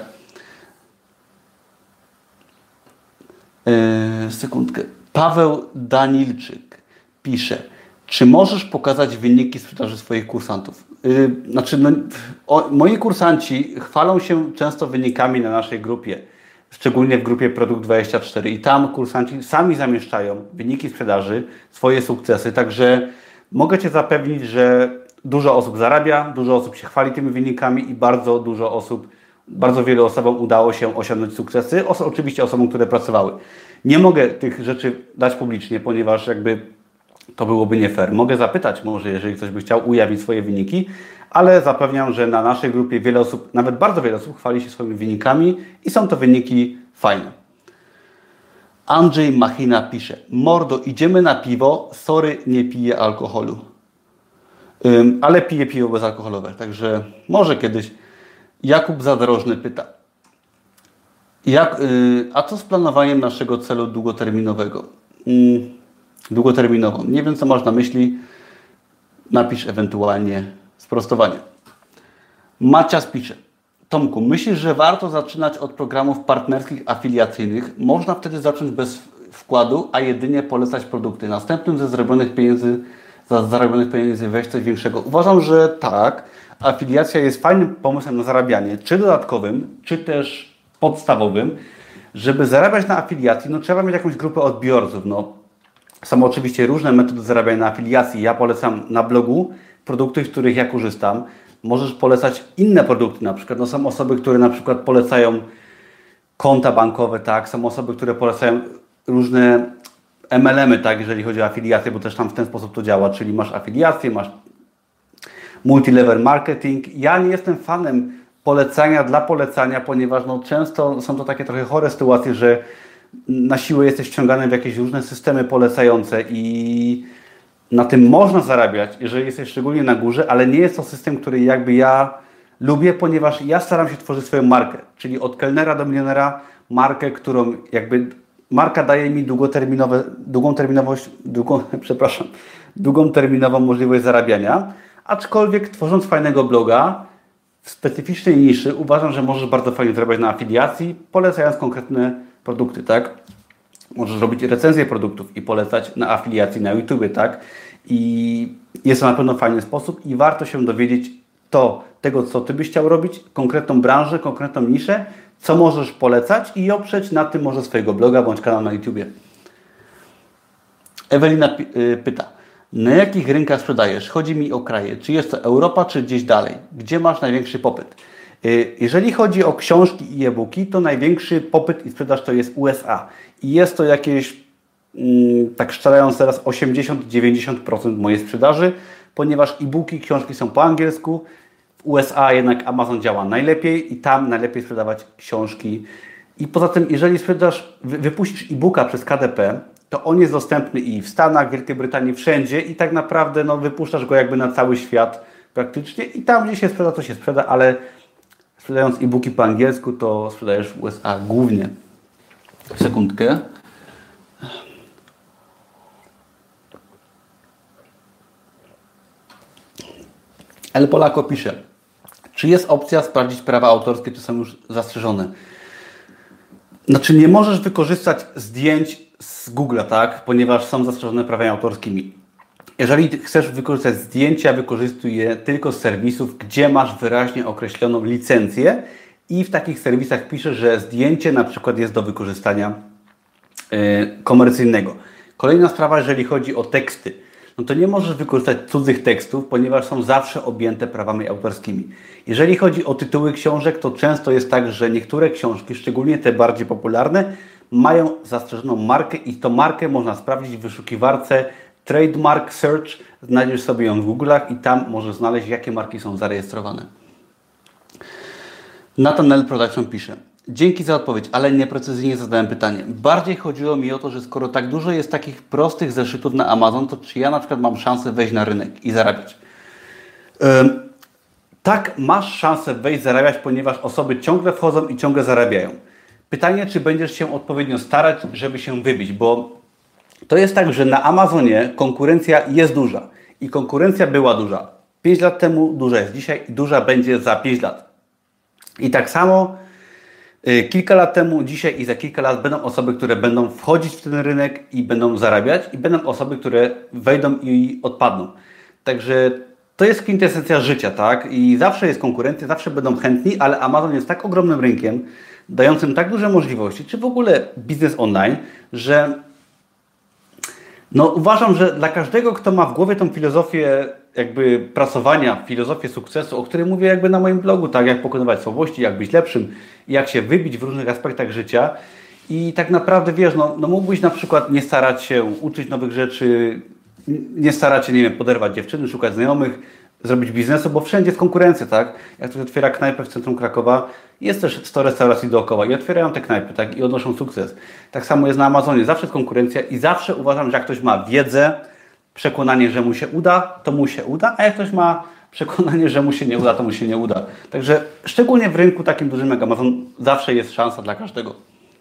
Sekundkę. Paweł Danilczyk pisze, czy możesz pokazać wyniki sprzedaży swoich kursantów? Moi kursanci chwalą się często wynikami na naszej grupie, szczególnie w grupie Produkt24 i tam kursanci sami zamieszczają wyniki sprzedaży, swoje sukcesy, także mogę Cię zapewnić, że dużo osób zarabia, dużo osób się chwali tymi wynikami i bardzo wielu osobom udało się osiągnąć sukcesy, oczywiście osobom, które pracowały. Nie mogę tych rzeczy dać publicznie, ponieważ jakby to byłoby nie fair. Mogę zapytać może, jeżeli ktoś by chciał ujawnić swoje wyniki, ale zapewniam, że na naszej grupie wiele osób, nawet bardzo wiele osób chwali się swoimi wynikami i są to wyniki fajne. Andrzej Machina pisze, mordo, idziemy na piwo, sorry, nie piję alkoholu. Ale piję piwo bezalkoholowe, także może kiedyś. Jakub Zadrożny pyta, a co z planowaniem naszego celu długoterminowego? Długoterminową. Nie wiem, co masz na myśli. Napisz ewentualnie sprostowanie. Macias pisze, Tomku, myślisz, że warto zaczynać od programów partnerskich afiliacyjnych? Można wtedy zacząć bez wkładu, a jedynie polecać produkty. Następnym ze zrobionych pieniędzy za zarobionych pieniędzy wejść coś większego? Uważam, że tak. Afiliacja jest fajnym pomysłem na zarabianie, czy dodatkowym, czy też podstawowym. Żeby zarabiać na afiliacji, no trzeba mieć jakąś grupę odbiorców. No, są oczywiście różne metody zarabiania na afiliacji. Ja polecam na blogu produkty, z których ja korzystam. Możesz polecać inne produkty na przykład. No, są osoby, które na przykład polecają konta bankowe, tak? Są osoby, które polecają różne MLM-y, tak? Jeżeli chodzi o afiliację, bo też tam w ten sposób to działa, czyli masz afiliację, masz multilevel marketing. Ja nie jestem fanem polecania dla polecania, ponieważ no, często są to takie trochę chore sytuacje, że na siłę jesteś wciągany w jakieś różne systemy polecające i na tym można zarabiać, jeżeli jesteś szczególnie na górze, ale nie jest to system, który jakby ja lubię, ponieważ ja staram się tworzyć swoją markę, czyli od kelnera do milionera, markę, którą jakby marka daje mi długoterminową możliwość zarabiania, aczkolwiek tworząc fajnego bloga w specyficznej niszy uważam, że możesz bardzo fajnie zarabiać na afiliacji, polecając konkretne produkty, tak? Możesz robić recenzje produktów i polecać na afiliacji na YouTube, tak? I jest to na pewno fajny sposób i warto się dowiedzieć tego, co Ty byś chciał robić, konkretną branżę, konkretną niszę, co możesz polecać i oprzeć na tym może swojego bloga bądź kanał na YouTube. Ewelina pyta, na jakich rynkach sprzedajesz? Chodzi mi o kraje. Czy jest to Europa, czy gdzieś dalej? Gdzie masz największy popyt? Jeżeli chodzi o książki i e-booki, to największy popyt i sprzedaż to jest USA. I jest to jakieś, tak strzelając teraz, 80-90% mojej sprzedaży, ponieważ e-booki, książki są po angielsku. W USA jednak Amazon działa najlepiej i tam najlepiej sprzedawać książki. I poza tym, jeżeli wypuścisz e-booka przez KDP, to on jest dostępny i w Stanach, Wielkiej Brytanii, wszędzie i tak naprawdę no, wypuszczasz go jakby na cały świat praktycznie i tam, gdzie się sprzeda, to się sprzeda, ale sprzedając e-booki po angielsku, to sprzedajesz w USA głównie. Sekundkę. El Polako pisze, czy jest opcja sprawdzić prawa autorskie, czy są już zastrzeżone? Znaczy nie możesz wykorzystać zdjęć z Google'a, tak? Ponieważ są zastrzeżone prawami autorskimi. Jeżeli chcesz wykorzystać zdjęcia, wykorzystuj je tylko z serwisów, gdzie masz wyraźnie określoną licencję i w takich serwisach pisze, że zdjęcie na przykład jest do wykorzystania komercyjnego. Kolejna sprawa, jeżeli chodzi o teksty, no to nie możesz wykorzystać cudzych tekstów, ponieważ są zawsze objęte prawami autorskimi. Jeżeli chodzi o tytuły książek, to często jest tak, że niektóre książki, szczególnie te bardziej popularne, mają zastrzeżoną markę i tą markę można sprawdzić w wyszukiwarce Trademark Search, znajdziesz sobie ją w Google'ach i tam możesz znaleźć, jakie marki są zarejestrowane. Nathaniel Production pisze, dzięki za odpowiedź, ale nieprecyzyjnie zadałem pytanie. Bardziej chodziło mi o to, że skoro tak dużo jest takich prostych zeszytów na Amazon, to czy ja na przykład mam szansę wejść na rynek i zarabiać? Tak, masz szansę wejść, zarabiać, ponieważ osoby ciągle wchodzą i ciągle zarabiają. Pytanie, czy będziesz się odpowiednio starać, żeby się wybić, bo to jest tak, że na Amazonie konkurencja jest duża i konkurencja była duża 5 lat temu, duża jest dzisiaj i duża będzie za 5 lat. I tak samo kilka lat temu, dzisiaj i za kilka lat będą osoby, które będą wchodzić w ten rynek i będą zarabiać i będą osoby, które wejdą i odpadną. Także to jest kwintesencja życia, tak? I zawsze jest konkurencja, zawsze będą chętni, ale Amazon jest tak ogromnym rynkiem, dającym tak duże możliwości, czy w ogóle biznes online, że no uważam, że dla każdego, kto ma w głowie tą filozofię jakby pracowania, filozofię sukcesu, o której mówię jakby na moim blogu, tak, jak pokonywać słabości, jak być lepszym, jak się wybić w różnych aspektach życia i tak naprawdę wiesz, no mógłbyś na przykład nie starać się uczyć nowych rzeczy, nie starać się, nie wiem, poderwać dziewczyny, szukać znajomych, zrobić biznesu, bo wszędzie jest konkurencja, tak? Jak ktoś otwiera knajpę w centrum Krakowa, jest też 100 restauracji dookoła i otwierają te knajpy, tak? I odnoszą sukces. Tak samo jest na Amazonie, zawsze jest konkurencja i zawsze uważam, że jak ktoś ma wiedzę, przekonanie, że mu się uda, to mu się uda, a jak ktoś ma przekonanie, że mu się nie uda, to mu się nie uda. Także szczególnie w rynku takim dużym jak Amazon zawsze jest szansa dla każdego.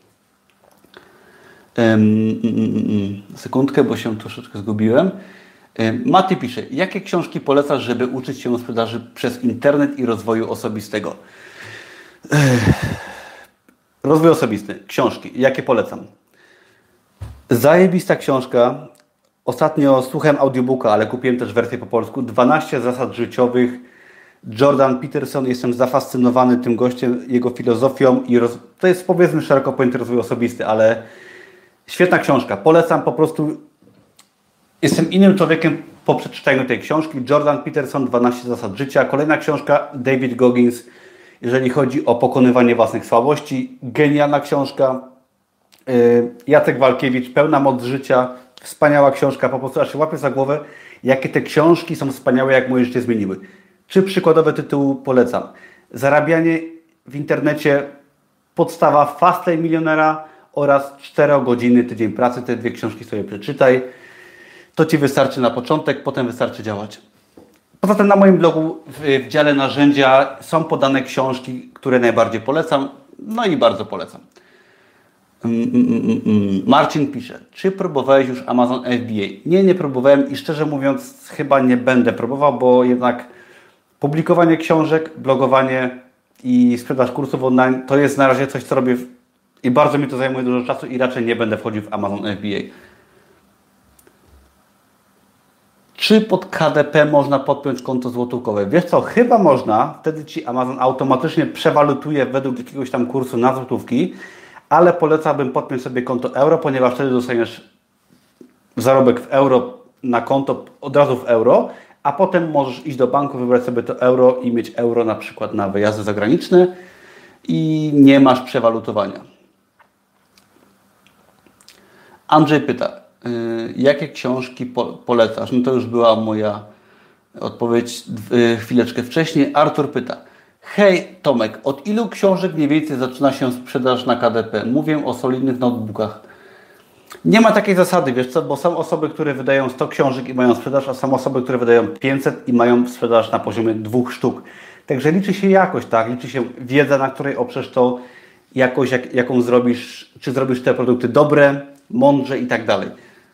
Sekundkę, bo się troszeczkę zgubiłem. Maty pisze, jakie książki polecasz, żeby uczyć się sprzedaży przez internet i rozwoju osobistego? Rozwój osobisty. Książki. Jakie polecam? Zajebista książka Ostatnio słuchałem audiobooka, ale kupiłem też wersję po polsku. 12 zasad życiowych. Jordan Peterson. Jestem zafascynowany tym gościem, jego filozofią i to jest, powiedzmy, szeroko pojęty rozwój osobisty, ale świetna książka. Polecam po prostu. Jestem innym człowiekiem po przeczytaniu tej książki. Jordan Peterson, 12 zasad życia. Kolejna książka, David Goggins, jeżeli chodzi o pokonywanie własnych słabości. Genialna książka. Jacek Walkiewicz, Pełna moc życia. Wspaniała książka. Po prostu aż się łapię za głowę, jakie te książki są wspaniałe, jak moje życie zmieniły. Czy przykładowe tytuły polecam. Zarabianie w internecie, podstawa Fastlane Milionera oraz 4 godziny tydzień pracy. Te 2 książki sobie przeczytaj. To Ci wystarczy na początek, potem wystarczy działać. Poza tym na moim blogu w dziale narzędzia są podane książki, które najbardziej polecam. No i bardzo polecam. Marcin pisze, czy próbowałeś już Amazon FBA? Nie próbowałem i szczerze mówiąc chyba nie będę próbował, bo jednak publikowanie książek, blogowanie i sprzedaż kursów online to jest na razie coś, co robię i bardzo mi to zajmuje dużo czasu i raczej nie będę wchodził w Amazon FBA. Czy pod KDP można podpiąć konto złotówkowe? Wiesz co, chyba można. Wtedy Ci Amazon automatycznie przewalutuje według jakiegoś tam kursu na złotówki, ale polecałbym podpiąć sobie konto euro, ponieważ wtedy dostaniesz zarobek w euro na konto od razu w euro, a potem możesz iść do banku, wybrać sobie to euro i mieć euro na przykład na wyjazdy zagraniczne i nie masz przewalutowania. Andrzej pyta, jakie książki polecasz? No to już była moja odpowiedź chwileczkę wcześniej. Artur pyta, hej Tomek, od ilu książek mniej więcej zaczyna się sprzedaż na KDP? Mówię o solidnych notebookach. Nie ma takiej zasady, wiesz co, bo są osoby, które wydają 100 książek i mają sprzedaż, a są osoby, które wydają 500 i mają sprzedaż na poziomie 2 sztuk. Także liczy się jakość, tak? Liczy się wiedza, na której oprzesz to, jakość, jaką zrobisz, czy zrobisz te produkty dobre, mądrze i tak dalej.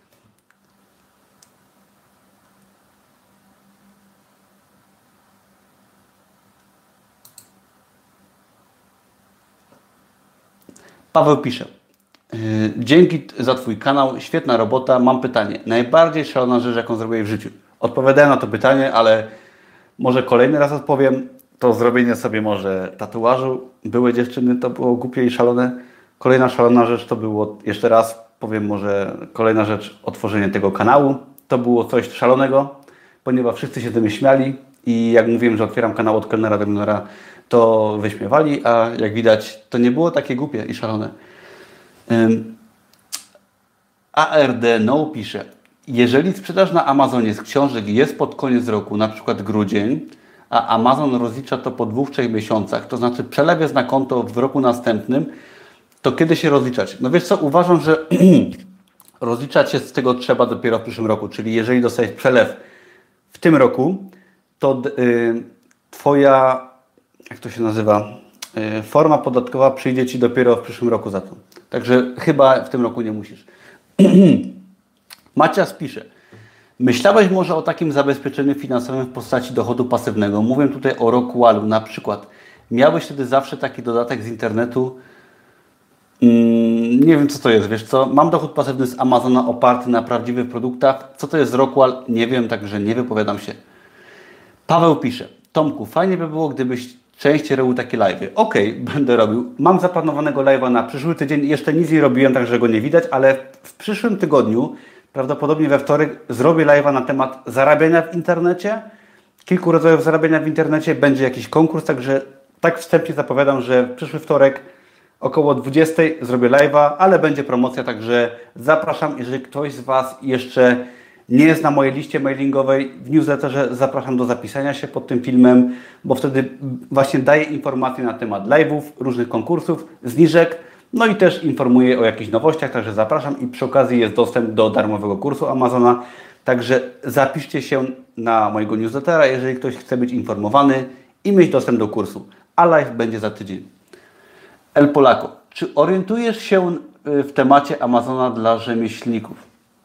Paweł pisze, dzięki za Twój kanał, świetna robota, mam pytanie. Najbardziej szalona rzecz, jaką zrobiłeś w życiu? Odpowiadałem na to pytanie, ale może kolejny raz odpowiem. To zrobienie sobie może tatuażu. Były dziewczyny, to było głupie i szalone. Kolejna szalona rzecz to było, jeszcze raz powiem, może kolejna rzecz, otworzenie tego kanału. To było coś szalonego, ponieważ wszyscy się tym śmiali i jak mówiłem, że otwieram kanał od kelnera do milionera, to wyśmiewali, a jak widać, to nie było takie głupie i szalone. ARD No pisze, jeżeli sprzedaż na Amazonie z książek jest pod koniec roku, na przykład grudzień, a Amazon rozlicza to po 2-3 miesiącach, to znaczy przelew jest na konto w roku następnym, to kiedy się rozliczać? No wiesz co, uważam, że rozliczać się z tego trzeba dopiero w przyszłym roku, czyli jeżeli dostajesz przelew w tym roku, to Twoja, jak to się nazywa, forma podatkowa przyjdzie Ci dopiero w przyszłym roku za to. Także chyba w tym roku nie musisz. Macias pisze, myślałeś może o takim zabezpieczeniu finansowym w postaci dochodu pasywnego? Mówię tutaj o Rockwallu na przykład. Miałeś wtedy zawsze taki dodatek z internetu? Nie wiem co to jest, wiesz co? Mam dochód pasywny z Amazona oparty na prawdziwych produktach. Co to jest Rockwall? Nie wiem, także nie wypowiadam się. Paweł pisze, Tomku, fajnie by było, gdybyś częściej robił takie live'y. Okej, będę robił. Mam zaplanowanego live'a na przyszły tydzień. Jeszcze nic nie robiłem, także go nie widać, ale w przyszłym tygodniu, prawdopodobnie we wtorek, zrobię live'a na temat zarabiania w internecie. Kilku rodzajów zarabiania w internecie. Będzie jakiś konkurs, także tak wstępnie zapowiadam, że w przyszły wtorek około 20 zrobię live'a, ale będzie promocja, także zapraszam. Jeżeli ktoś z Was jeszcze nie jest na mojej liście mailingowej, w newsletterze zapraszam do zapisania się pod tym filmem, bo wtedy właśnie daję informacje na temat live'ów, różnych konkursów, zniżek, no i też informuję o jakichś nowościach, także zapraszam i przy okazji jest dostęp do darmowego kursu Amazona, także zapiszcie się na mojego newslettera, jeżeli ktoś chce być informowany i mieć dostęp do kursu, a live będzie za tydzień. El Polako, czy orientujesz się w temacie Amazona dla rzemieślników?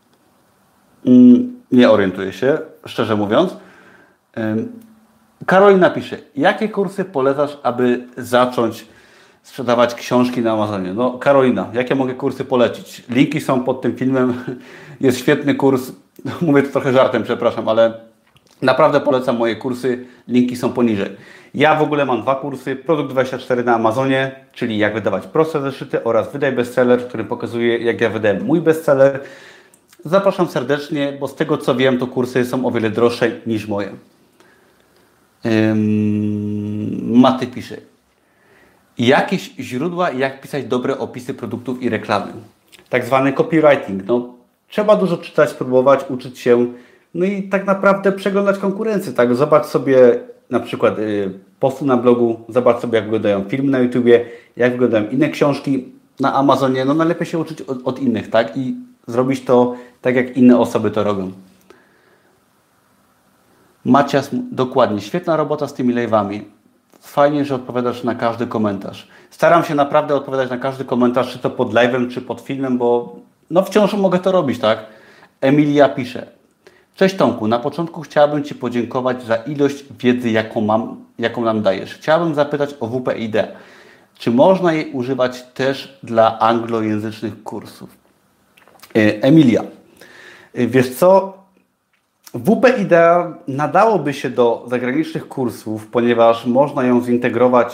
Nie orientuję się, szczerze mówiąc. Karolina pisze, jakie kursy polecasz, aby zacząć sprzedawać książki na Amazonie? No Karolina, jakie mogę kursy polecić? Linki są pod tym filmem. Jest świetny kurs Mówię to trochę żartem, przepraszam, ale naprawdę polecam moje kursy, linki są poniżej. Ja w ogóle mam 2 kursy, Produkt24 na Amazonie, czyli jak wydawać proste zeszyty oraz Wydaj Bestseller, w którym pokazuję, jak ja wydałem mój bestseller. Zapraszam serdecznie, bo z tego co wiem, to kursy są o wiele droższe niż moje. Maty pisze. Jakieś źródła, jak pisać dobre opisy produktów i reklamy. Tak zwany copywriting. No, trzeba dużo czytać, próbować, uczyć się, no i tak naprawdę przeglądać konkurencję. Tak? Zobacz sobie na przykład posty na blogu, zobacz sobie, jak wyglądają filmy na YouTubie, jak wyglądają inne książki na Amazonie. No najlepiej się uczyć od innych, tak? I zrobić to tak, jak inne osoby to robią. Macias, dokładnie, świetna robota z tymi live'ami. Fajnie, że odpowiadasz na każdy komentarz. Staram się naprawdę odpowiadać na każdy komentarz, czy to pod live'em, czy pod filmem, bo no wciąż mogę to robić, tak? Emilia pisze. Cześć Tomku, na początku chciałabym Ci podziękować za ilość wiedzy, jaką nam dajesz. Chciałabym zapytać o WPID. Czy można jej używać też dla anglojęzycznych kursów? Emilia, wiesz co? WPID nadałoby się do zagranicznych kursów, ponieważ można ją zintegrować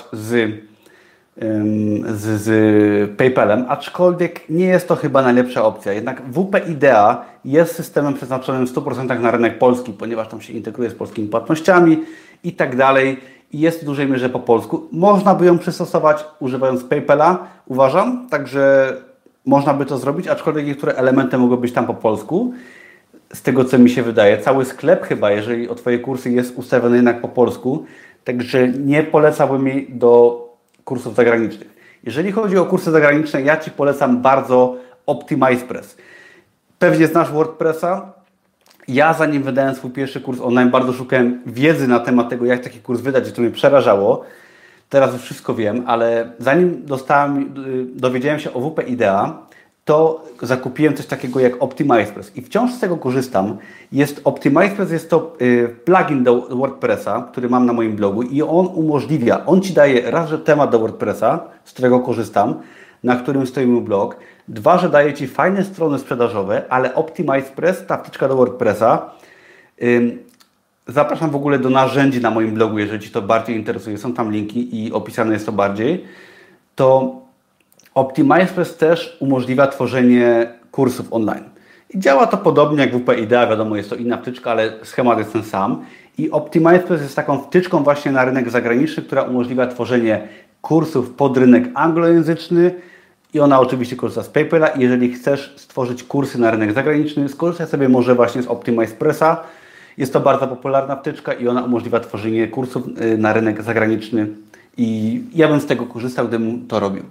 z PayPalem, aczkolwiek nie jest to chyba najlepsza opcja. Jednak WPIDEA jest systemem przeznaczonym w 100% na rynek polski, ponieważ tam się integruje z polskimi płatnościami i tak dalej. I jest w dużej mierze po polsku. Można by ją przystosować używając PayPala, uważam, także można by to zrobić, aczkolwiek niektóre elementy mogą być tam po polsku. Z tego, co mi się wydaje. Cały sklep chyba, jeżeli o Twoje kursy jest ustawiony jednak po polsku, także nie polecałbym jej do kursów zagranicznych. Jeżeli chodzi o kursy zagraniczne, ja Ci polecam bardzo OptimizePress. Pewnie znasz WordPressa. Ja zanim wydałem swój pierwszy kurs online, bardzo szukałem wiedzy na temat tego, jak taki kurs wydać i to mnie przerażało. Teraz już wszystko wiem, ale zanim dowiedziałem się o WPIDEA, to zakupiłem coś takiego jak OptimizePress i wciąż z tego korzystam. OptimizePress jest to plugin do WordPressa, który mam na moim blogu i on Ci daje raz, że temat do WordPressa, z którego korzystam, na którym stoi mój blog, 2, że daje Ci fajne strony sprzedażowe, ale OptimizePress, ta wtyczka do WordPressa, zapraszam w ogóle do narzędzi na moim blogu, jeżeli Ci to bardziej interesuje, są tam linki i opisane jest to bardziej, to OptimizePress też umożliwia tworzenie kursów online. I działa to podobnie jak WPIDEA, wiadomo, jest to inna wtyczka, ale schemat jest ten sam. I OptimizePress jest taką wtyczką właśnie na rynek zagraniczny, która umożliwia tworzenie kursów pod rynek anglojęzyczny i ona oczywiście korzysta z PayPala. I jeżeli chcesz stworzyć kursy na rynek zagraniczny, skorzystaj sobie może właśnie z OptimizePressa. Jest to bardzo popularna wtyczka i ona umożliwia tworzenie kursów na rynek zagraniczny i ja bym z tego korzystał, gdybym to robił.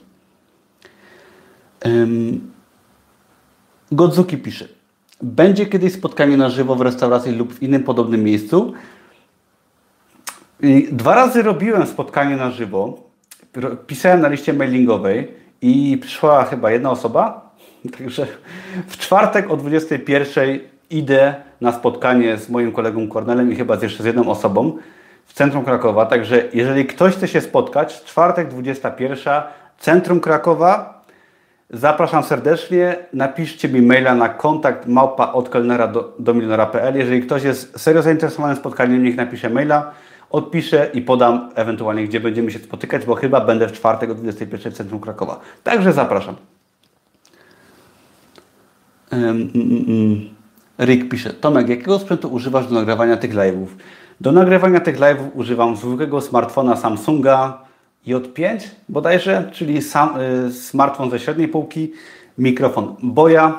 Godzuki pisze. Będzie kiedyś spotkanie na żywo w restauracji lub w innym podobnym miejscu? 2 razy robiłem spotkanie na żywo. Pisałem na liście mailingowej i przyszła chyba 1 osoba. Także w czwartek o 21:00 idę na spotkanie z moim kolegą Kornelem i chyba jeszcze z 1 osobą w centrum Krakowa. Także jeżeli ktoś chce się spotkać, w czwartek 21:00 centrum Krakowa, zapraszam serdecznie. Napiszcie mi maila na kontakt@odkelnera-do-milionera.pl. Jeżeli ktoś jest serio zainteresowany spotkaniem, niech napisze maila, odpiszę i podam ewentualnie, gdzie będziemy się spotykać, bo chyba będę w czwartek o 21:00 w centrum Krakowa. Także zapraszam. Rick pisze. Tomek, jakiego sprzętu używasz do nagrywania tych live'ów? Do nagrywania tych live'ów używam zwykłego smartfona Samsunga J5 bodajże, czyli smartfon ze średniej półki, mikrofon Boya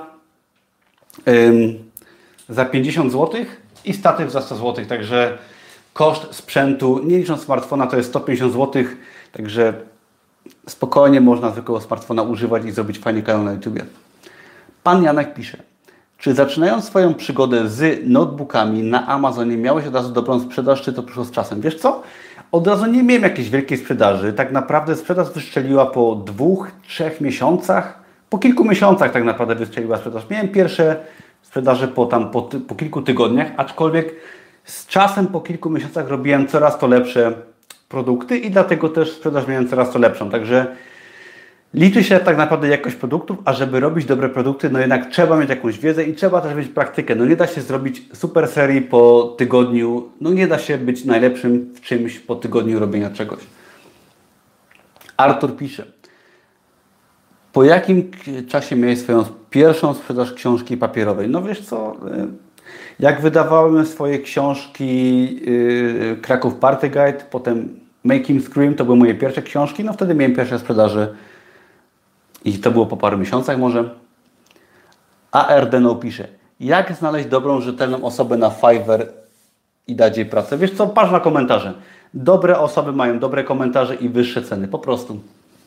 za 50 zł i statyw za 100 zł, także koszt sprzętu, nie licząc smartfona, to jest 150 zł, także spokojnie można zwykłego smartfona używać i zrobić fajny kanał na YouTube. Pan Janek pisze. Czy zaczynając swoją przygodę z notebookami na Amazonie miałeś od razu dobrą sprzedaż, czy to przyszło z czasem? Wiesz co? Od razu nie miałem jakiejś wielkiej sprzedaży. Tak naprawdę sprzedaż wystrzeliła po 2-3 miesiącach. Po kilku miesiącach tak naprawdę wystrzeliła sprzedaż. Miałem pierwsze sprzedaże po kilku tygodniach, aczkolwiek z czasem po kilku miesiącach robiłem coraz to lepsze produkty i dlatego też sprzedaż miałem coraz to lepszą. Także Liczy się tak naprawdę jakość produktów, a żeby robić dobre produkty, no jednak trzeba mieć jakąś wiedzę i trzeba też mieć praktykę. No nie da się zrobić super serii po tygodniu, no nie da się być najlepszym w czymś po tygodniu robienia czegoś. Artur pisze, po jakim czasie miałeś swoją pierwszą sprzedaż książki papierowej? No wiesz co, jak wydawałem swoje książki Kraków Party Guide, potem Making Scream, to były moje pierwsze książki, no wtedy miałem pierwsze sprzedaże i to było po paru miesiącach może. ARDNO pisze, jak znaleźć dobrą, rzetelną osobę na Fiverr i dać jej pracę? Wiesz co, patrz na komentarze. Dobre osoby mają dobre komentarze i wyższe ceny, po prostu.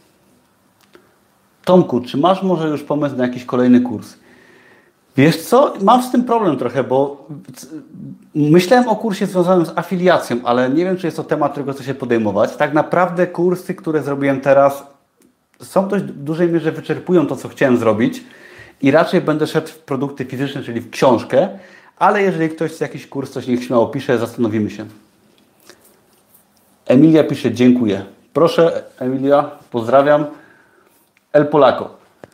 Tomku, czy masz może już pomysł na jakiś kolejny kurs? Wiesz co, mam z tym problem trochę, bo myślałem o kursie związanym z afiliacją, ale nie wiem, czy jest to temat, którego chcę się podejmować. Tak naprawdę kursy, które zrobiłem teraz, są dość w dużej mierze wyczerpują to, co chciałem zrobić i raczej będę szedł w produkty fizyczne, czyli w książkę, ale jeżeli ktoś chce jakiś kurs, coś niech śmiało pisze, zastanowimy się. Emilia pisze, dziękuję. Proszę, Emilia, pozdrawiam. El Polako.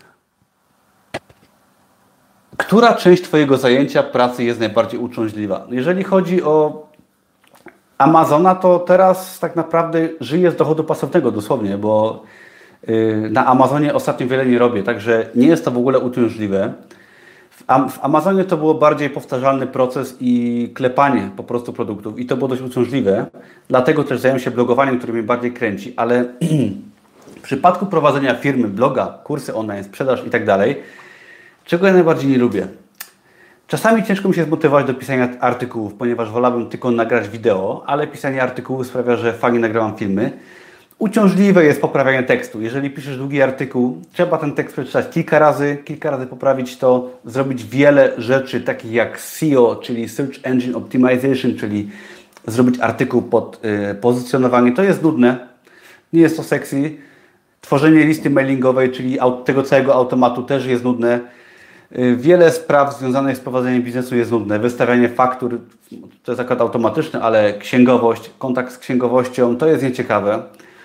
Która część Twojego zajęcia pracy jest najbardziej uciążliwa? Jeżeli chodzi o Amazona, to teraz tak naprawdę żyję z dochodu pasywnego dosłownie, bo na Amazonie ostatnio wiele nie robię, także nie jest to w ogóle uciążliwe. W Amazonie to było bardziej powtarzalny proces i klepanie po prostu produktów i to było dość uciążliwe, dlatego też zająłem się blogowaniem, które mnie bardziej kręci, ale w przypadku prowadzenia firmy, bloga, kursy online, sprzedaż i tak dalej, czego ja najbardziej nie lubię? Czasami ciężko mi się zmotywować do pisania artykułów, ponieważ wolałbym tylko nagrać wideo, ale pisanie artykułów sprawia, że fajnie nagrywam filmy. Uciążliwe jest poprawianie tekstu. Jeżeli piszesz długi artykuł, trzeba ten tekst przeczytać kilka razy poprawić to, zrobić wiele rzeczy takich jak SEO, czyli Search Engine Optimization, czyli zrobić artykuł pod pozycjonowanie. To jest nudne, nie jest to sexy. Tworzenie listy mailingowej, czyli tego całego automatu też jest nudne. Wiele spraw związanych z prowadzeniem biznesu jest nudne. Wystawianie faktur, to jest akurat automatyczne, ale księgowość, kontakt z księgowością, to jest nieciekawe.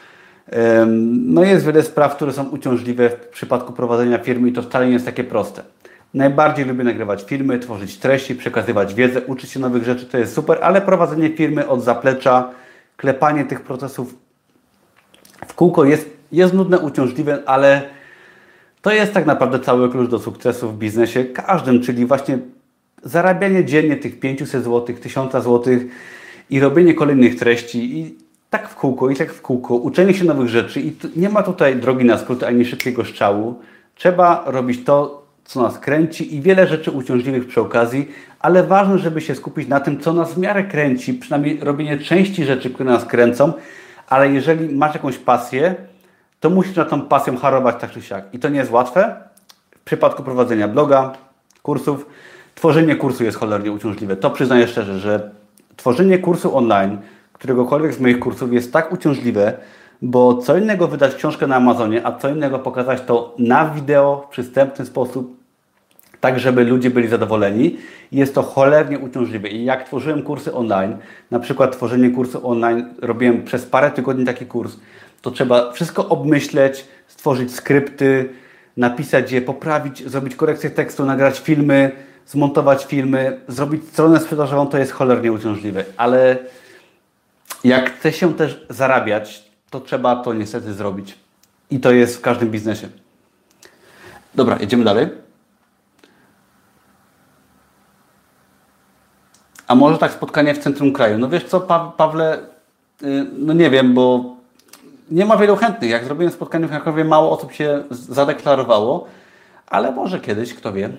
No jest wiele spraw, które są uciążliwe w przypadku prowadzenia firmy i to wcale nie jest takie proste. Najbardziej lubię nagrywać filmy, tworzyć treści, przekazywać wiedzę, uczyć się nowych rzeczy, to jest super, ale prowadzenie firmy od zaplecza, klepanie tych procesów w kółko jest nudne, uciążliwe, ale to jest tak naprawdę cały klucz do sukcesu w biznesie każdym, czyli właśnie zarabianie dziennie tych 500 zł, 1000 zł i robienie kolejnych treści i tak w kółko, i tak w kółko, uczenie się nowych rzeczy i nie ma tutaj drogi na skróty ani szybkiego strzału. Trzeba robić to, co nas kręci i wiele rzeczy uciążliwych przy okazji, ale ważne, żeby się skupić na tym, co nas w miarę kręci, przynajmniej robienie części rzeczy, które nas kręcą, ale jeżeli masz jakąś pasję, to musisz na tą pasją harować tak czy siak. I to nie jest łatwe. W przypadku prowadzenia bloga, kursów, tworzenie kursu jest cholernie uciążliwe. To przyznaję szczerze, że tworzenie kursu online, któregokolwiek z moich kursów jest tak uciążliwe, bo co innego wydać książkę na Amazonie, a co innego pokazać to na wideo w przystępny sposób, tak żeby ludzie byli zadowoleni. Jest to cholernie uciążliwe. I jak tworzyłem kursy online, na przykład tworzenie kursu online, robiłem przez parę tygodni taki kurs, to trzeba wszystko obmyśleć, stworzyć skrypty, napisać je, poprawić, zrobić korekcję tekstu, nagrać filmy, zmontować filmy, zrobić stronę sprzedażową, to jest cholernie uciążliwe. Ale jak chce się też zarabiać, to trzeba to niestety zrobić. I to jest w każdym biznesie. Dobra, jedziemy dalej. A może tak spotkanie w centrum kraju? No wiesz co, Pawle, no nie wiem, bo nie ma wielu chętnych. Jak zrobiłem spotkanie w Krakowie, mało osób się zadeklarowało, ale może kiedyś, kto wie.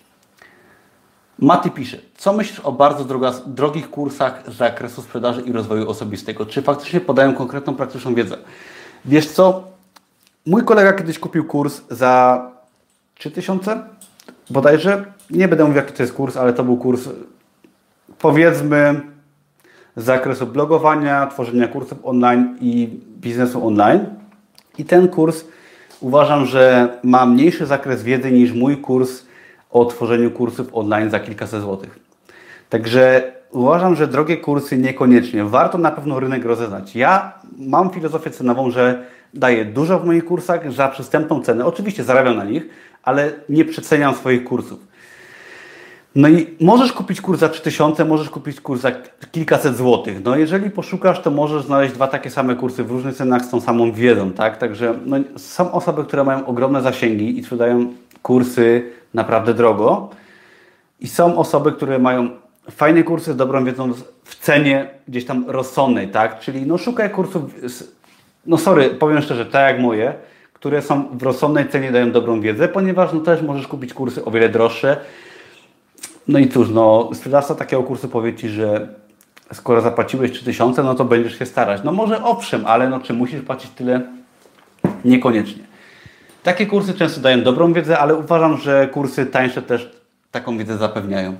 Mati pisze, co myślisz o bardzo drogich kursach z zakresu sprzedaży i rozwoju osobistego? Czy faktycznie podają konkretną, praktyczną wiedzę? Wiesz co, mój kolega kiedyś kupił kurs za 3000 bodajże. Nie będę mówił, jaki to jest kurs, ale to był kurs, powiedzmy, z zakresu blogowania, tworzenia kursów online i biznesu online. I ten kurs uważam, że ma mniejszy zakres wiedzy niż mój kurs o tworzeniu kursów online za kilkaset złotych. Także uważam, że drogie kursy niekoniecznie. Warto na pewno rynek rozeznać. Ja mam filozofię cenową, że daję dużo w moich kursach za przystępną cenę. Oczywiście zarabiam na nich, ale nie przeceniam swoich kursów. No i możesz kupić kurs za 3000, możesz kupić kurs za kilkaset złotych. No jeżeli poszukasz, to możesz znaleźć dwa takie same kursy w różnych cenach z tą samą wiedzą, tak? Także no, są osoby, które mają ogromne zasięgi i sprzedają kursy naprawdę drogo. I są osoby, które mają fajne kursy z dobrą wiedzą w cenie gdzieś tam rozsądnej, tak? Czyli no szukaj kursów, no sorry, powiem szczerze, tak jak moje, które są w rozsądnej cenie, dają dobrą wiedzę, ponieważ no też możesz kupić kursy o wiele droższe. No i cóż, no sprzedawca takiego kursu powie Ci, że skoro zapłaciłeś 3000, no to będziesz się starać. No może owszem, ale no czy musisz płacić tyle? Niekoniecznie. Takie kursy często dają dobrą wiedzę, ale uważam, że kursy tańsze też taką wiedzę zapewniają.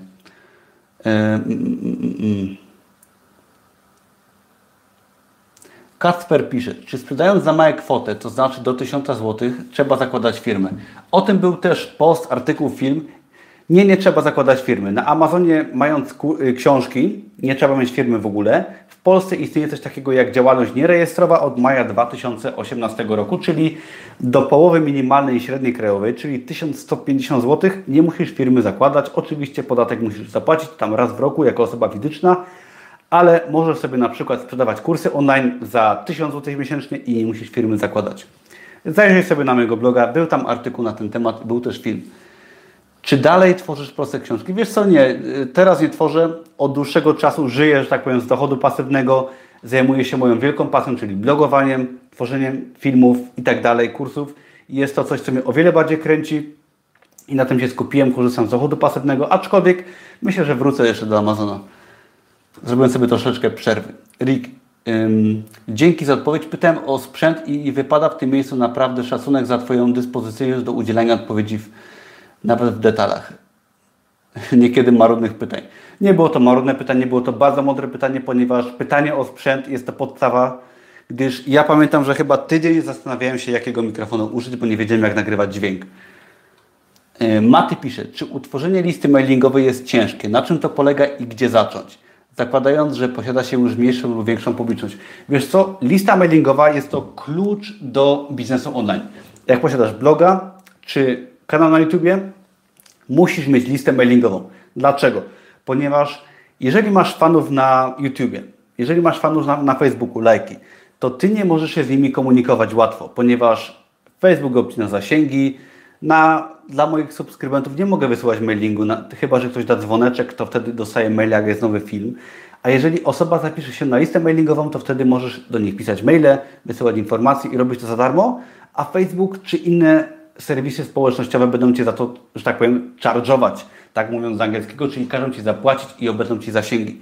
Kacper pisze, czy sprzedając za małe kwotę, to znaczy do 1000 zł, trzeba zakładać firmę? O tym był też post, artykuł, film. Nie trzeba zakładać firmy. Na Amazonie, mając książki, nie trzeba mieć firmy w ogóle. W Polsce istnieje coś takiego jak działalność nierejestrowa od maja 2018 roku, czyli do połowy minimalnej i średniej krajowej, czyli 1150 zł, nie musisz firmy zakładać. Oczywiście podatek musisz zapłacić tam raz w roku jako osoba fizyczna, ale możesz sobie na przykład sprzedawać kursy online za 1000 zł miesięcznie i nie musisz firmy zakładać. Zajrzyj sobie na mojego bloga, był tam artykuł na ten temat, był też film. Czy dalej tworzysz proste książki? Wiesz co, nie. Teraz nie tworzę. Od dłuższego czasu żyję, że tak powiem, z dochodu pasywnego. Zajmuję się moją wielką pasją, czyli blogowaniem, tworzeniem filmów i tak dalej, kursów. Jest to coś, co mnie o wiele bardziej kręci i na tym się skupiłem, korzystam z dochodu pasywnego, aczkolwiek myślę, że wrócę jeszcze do Amazona. Zrobiłem sobie troszeczkę przerwy. Rick, dzięki za odpowiedź. Pytałem o sprzęt i wypada w tym miejscu naprawdę szacunek za Twoją dyspozycyjność do udzielania odpowiedzi nawet w detalach. Niekiedy marudnych pytań. Nie było to marudne pytanie, było to bardzo mądre pytanie, ponieważ pytanie o sprzęt jest to podstawa, gdyż ja pamiętam, że chyba tydzień zastanawiałem się, jakiego mikrofonu użyć, bo nie wiedziałem, jak nagrywać dźwięk. Maty pisze, czy utworzenie listy mailingowej jest ciężkie? Na czym to polega i gdzie zacząć? Zakładając, że posiada się już mniejszą lub większą publiczność. Wiesz co? Lista mailingowa jest to klucz do biznesu online. Jak posiadasz bloga, czy kanał na YouTubie, musisz mieć listę mailingową. Dlaczego? Ponieważ jeżeli masz fanów na YouTubie, jeżeli masz fanów na Facebooku, lajki, to Ty nie możesz się z nimi komunikować łatwo, ponieważ Facebook obcina zasięgi. Dla moich subskrybentów nie mogę wysyłać mailingu, chyba że ktoś da dzwoneczek, to wtedy dostaje mail, jak jest nowy film. A jeżeli osoba zapisze się na listę mailingową, to wtedy możesz do nich pisać maile, wysyłać informacje i robić to za darmo, a Facebook czy inne serwisy społecznościowe będą Cię za to, że tak powiem, charge'ować, tak mówiąc z angielskiego, czyli każą Ci zapłacić i obetną Ci zasięgi.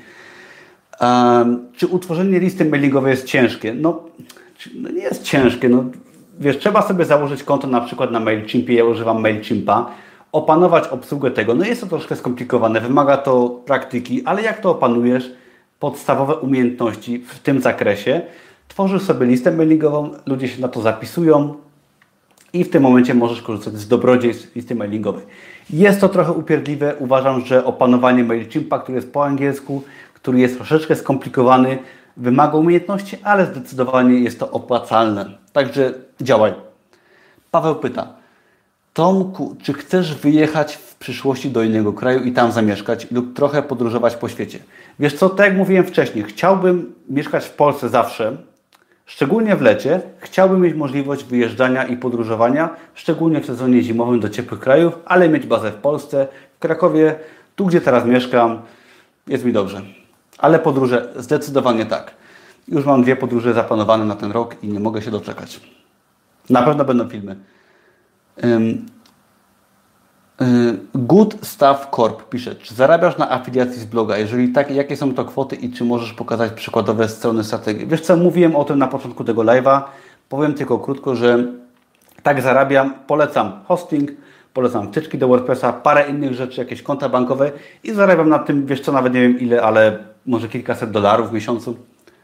Czy utworzenie listy mailingowej jest ciężkie? No nie jest ciężkie. No, wiesz, trzeba sobie założyć konto na przykład na MailChimpie, ja używam MailChimpa, opanować obsługę tego. No jest to troszkę skomplikowane, wymaga to praktyki, ale jak to opanujesz, podstawowe umiejętności w tym zakresie, tworzysz sobie listę mailingową, ludzie się na to zapisują, i w tym momencie możesz korzystać z dobrodziejstw listy mailingowej. Jest to trochę upierdliwe. Uważam, że opanowanie MailChimpa, który jest po angielsku, który jest troszeczkę skomplikowany, wymaga umiejętności, ale zdecydowanie jest to opłacalne. Także działaj. Paweł pyta, Tomku, czy chcesz wyjechać w przyszłości do innego kraju i tam zamieszkać lub trochę podróżować po świecie? Wiesz co, tak jak mówiłem wcześniej, chciałbym mieszkać w Polsce zawsze, szczególnie w lecie. Chciałbym mieć możliwość wyjeżdżania i podróżowania, szczególnie w sezonie zimowym do ciepłych krajów, ale mieć bazę w Polsce, w Krakowie, tu gdzie teraz mieszkam, jest mi dobrze. Ale podróże zdecydowanie tak. Już mam 2 podróże zaplanowane na ten rok i nie mogę się doczekać. Na pewno będą filmy. Good Stuff Corp pisze, czy zarabiasz na afiliacji z bloga? Jeżeli tak, jakie są to kwoty i czy możesz pokazać przykładowe strony strategii? Wiesz co, mówiłem o tym na początku tego live'a. Powiem tylko krótko, że tak zarabiam. Polecam hosting, polecam wtyczki do WordPressa, parę innych rzeczy, jakieś konta bankowe i zarabiam na tym, wiesz co, nawet nie wiem ile, ale może kilkaset dolarów w miesiącu.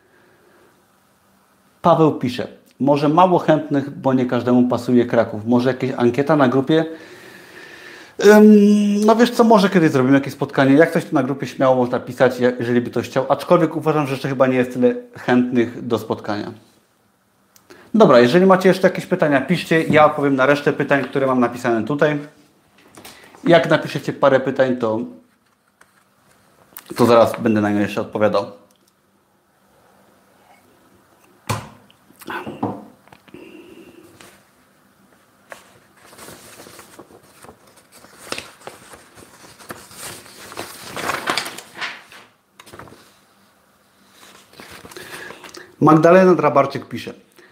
Paweł pisze, może mało chętnych, bo nie każdemu pasuje Kraków. Może jakaś ankieta na grupie? No wiesz co, może kiedyś zrobimy jakieś spotkanie. Jak coś tu na grupie śmiało można pisać, jeżeli by ktoś chciał. Aczkolwiek uważam, że jeszcze chyba nie jest tyle chętnych do spotkania. Dobra, jeżeli macie jeszcze jakieś pytania, piszcie. Ja odpowiem na resztę pytań, które mam napisane tutaj. Jak napiszecie parę pytań, to zaraz będę na nie jeszcze odpowiadał. Magdalena Drabarczyk pisze,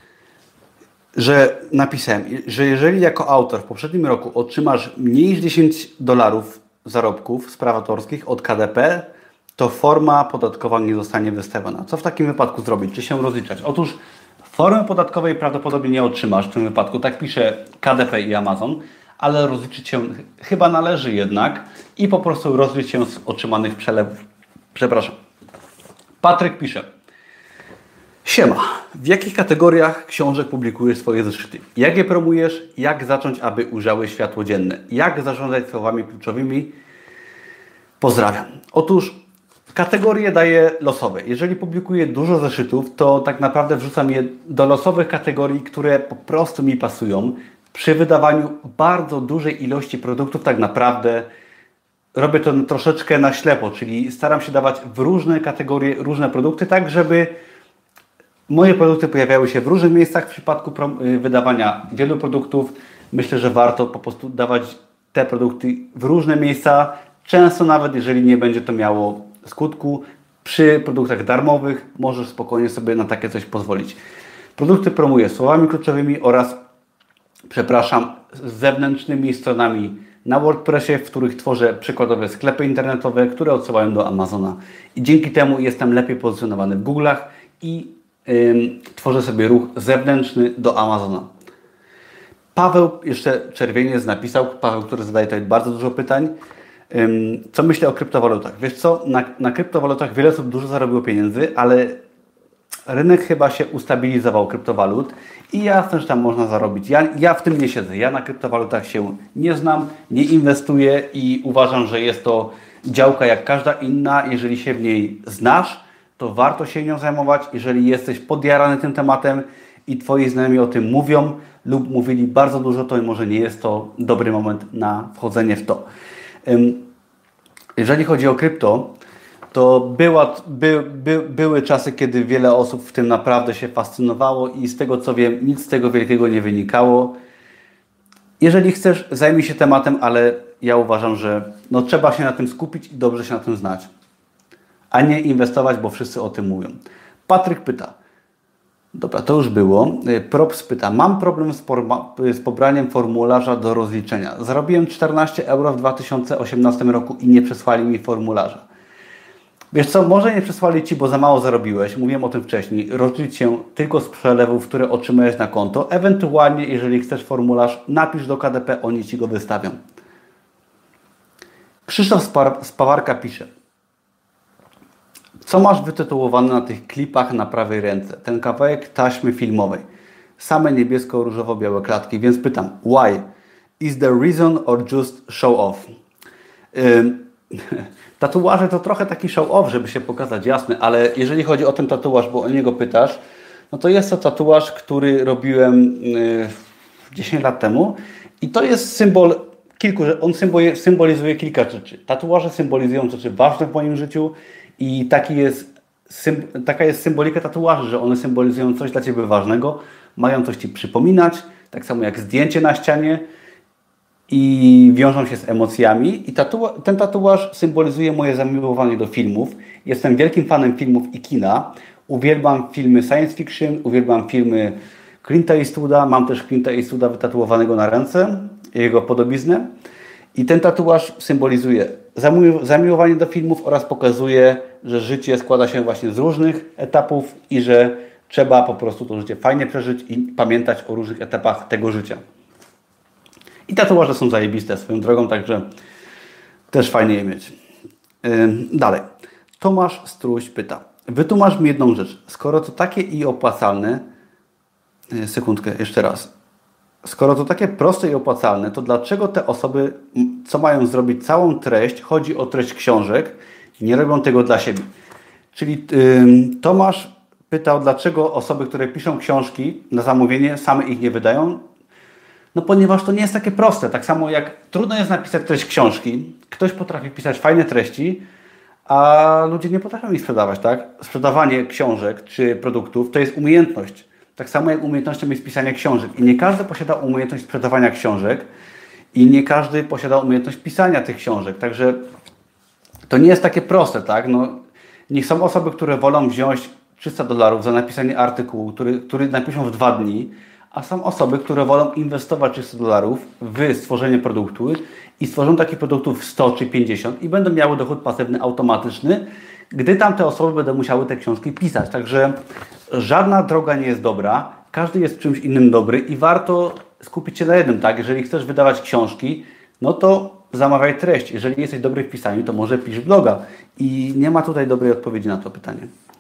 że napisałem, że jeżeli jako autor w poprzednim roku otrzymasz mniej niż $10 zarobków z praw autorskich od KDP, to forma podatkowa nie zostanie wystawiona. Co w takim wypadku zrobić? Czy się rozliczać? Otóż formy podatkowej prawdopodobnie nie otrzymasz w tym wypadku. Tak pisze KDP i Amazon, ale rozliczyć się chyba należy jednak i po prostu rozliczyć się z otrzymanych przelewów. Przepraszam. Patryk pisze. Siema. W jakich kategoriach książek publikujesz swoje zeszyty? Jak je promujesz? Jak zacząć, aby ujrzały światło dzienne? Jak zarządzać słowami kluczowymi? Pozdrawiam. Otóż kategorie daję losowe. Jeżeli publikuję dużo zeszytów, to tak naprawdę wrzucam je do losowych kategorii, które po prostu mi pasują. Przy wydawaniu bardzo dużej ilości produktów tak naprawdę robię to troszeczkę na ślepo, czyli staram się dawać w różne kategorie różne produkty, tak żeby moje produkty pojawiały się w różnych miejscach. W przypadku wydawania wielu produktów myślę, że warto po prostu dawać te produkty w różne miejsca. Często nawet jeżeli nie będzie to miało skutku, przy produktach darmowych możesz spokojnie sobie na takie coś pozwolić. Produkty promuję słowami kluczowymi oraz, z zewnętrznymi stronami na WordPressie, w których tworzę przykładowe sklepy internetowe, które odsyłają do Amazona. I dzięki temu jestem lepiej pozycjonowany w Google'ach i tworzę sobie ruch zewnętrzny do Amazona. Paweł jeszcze Czerwieniec napisał, Paweł, który zadaje tutaj bardzo dużo pytań. Co myślę o kryptowalutach? Wiesz co, na kryptowalutach wiele osób dużo zarobiło pieniędzy, ale rynek chyba się ustabilizował kryptowalut i jasne, że tam można zarobić. Ja w tym nie siedzę. Ja na kryptowalutach się nie znam, nie inwestuję i uważam, że jest to działka jak każda inna. Jeżeli się w niej znasz, to warto się nią zajmować. Jeżeli jesteś podjarany tym tematem i Twoi znajomi o tym mówią lub mówili bardzo dużo, to może nie jest to dobry moment na wchodzenie w to. Jeżeli chodzi o krypto, to były czasy, kiedy wiele osób w tym naprawdę się fascynowało i z tego co wiem, nic z tego wielkiego nie wynikało. Jeżeli chcesz, zajmij się tematem, ale ja uważam, że trzeba się na tym skupić i dobrze się na tym znać, a nie inwestować, bo wszyscy o tym mówią. Patryk pyta. Dobra, to już było. Props pyta. Mam problem z pobraniem formularza do rozliczenia. Zarobiłem 14 euro w 2018 roku i nie przesłali mi formularza. Wiesz co, może nie przesłali Ci, bo za mało zarobiłeś. Mówiłem o tym wcześniej. Rozlicz się tylko z przelewów, które otrzymałeś na konto. Ewentualnie, jeżeli chcesz formularz, napisz do KDP, oni Ci go wystawią. Krzysztof Spawarka pisze. Co masz wytytułowane na tych klipach na prawej ręce? Ten kawałek taśmy filmowej. Same niebiesko-różowo-białe klatki, więc pytam, why? Is the reason or just show off? Tatuaże to trochę taki show off, żeby się pokazać, jasne, ale jeżeli chodzi o ten tatuaż, bo o niego pytasz, no to jest to tatuaż, który robiłem 10 lat temu i to jest symbol on symbolizuje kilka rzeczy. Tatuaże symbolizują rzeczy ważne w moim życiu i taka jest symbolika tatuaży, że one symbolizują coś dla Ciebie ważnego, mają coś Ci przypominać, tak samo jak zdjęcie na ścianie i wiążą się z emocjami. I ten tatuaż symbolizuje moje zamiłowanie do filmów. Jestem wielkim fanem filmów i kina. Uwielbiam filmy science fiction, uwielbiam filmy Clint'a Eastwooda. Mam też Clint'a Eastwooda wytatuowanego na ręce, jego podobiznę. I ten tatuaż symbolizuje zamiłowanie do filmów oraz pokazuje, że życie składa się właśnie z różnych etapów i że trzeba po prostu to życie fajnie przeżyć i pamiętać o różnych etapach tego życia. I tatuaże są zajebiste swoją drogą, także też fajnie je mieć. Dalej. Tomasz Struś pyta. Wytłumacz mi jedną rzecz. Skoro to takie i opłacalne... Sekundkę, jeszcze raz. skoro to takie proste i opłacalne, to dlaczego te osoby, co mają zrobić całą treść, chodzi o treść książek, nie robią tego dla siebie? Czyli Tomasz pytał, dlaczego osoby, które piszą książki na zamówienie, same ich nie wydają? No ponieważ to nie jest takie proste. Tak samo jak trudno jest napisać treść książki, ktoś potrafi pisać fajne treści, a ludzie nie potrafią ich sprzedawać, tak? Sprzedawanie książek czy produktów to jest umiejętność. Tak samo jak umiejętnością jest pisanie książek. I nie każdy posiada umiejętność sprzedawania książek i nie każdy posiada umiejętność pisania tych książek. Także to nie jest takie proste, tak? No, niech są osoby, które wolą wziąć $300 za napisanie artykułu, który napiszą w 2 dni, a są osoby, które wolą inwestować $300 w stworzenie produktu i stworzą takich produktów 100 czy 50 i będą miały dochód pasywny automatyczny, gdy tamte osoby będą musiały te książki pisać. Także żadna droga nie jest dobra, każdy jest w czymś innym dobry i warto skupić się na jednym, tak? Jeżeli chcesz wydawać książki, no to zamawiaj treść. Jeżeli jesteś dobry w pisaniu, to może pisz bloga. I nie ma tutaj dobrej odpowiedzi na to pytanie.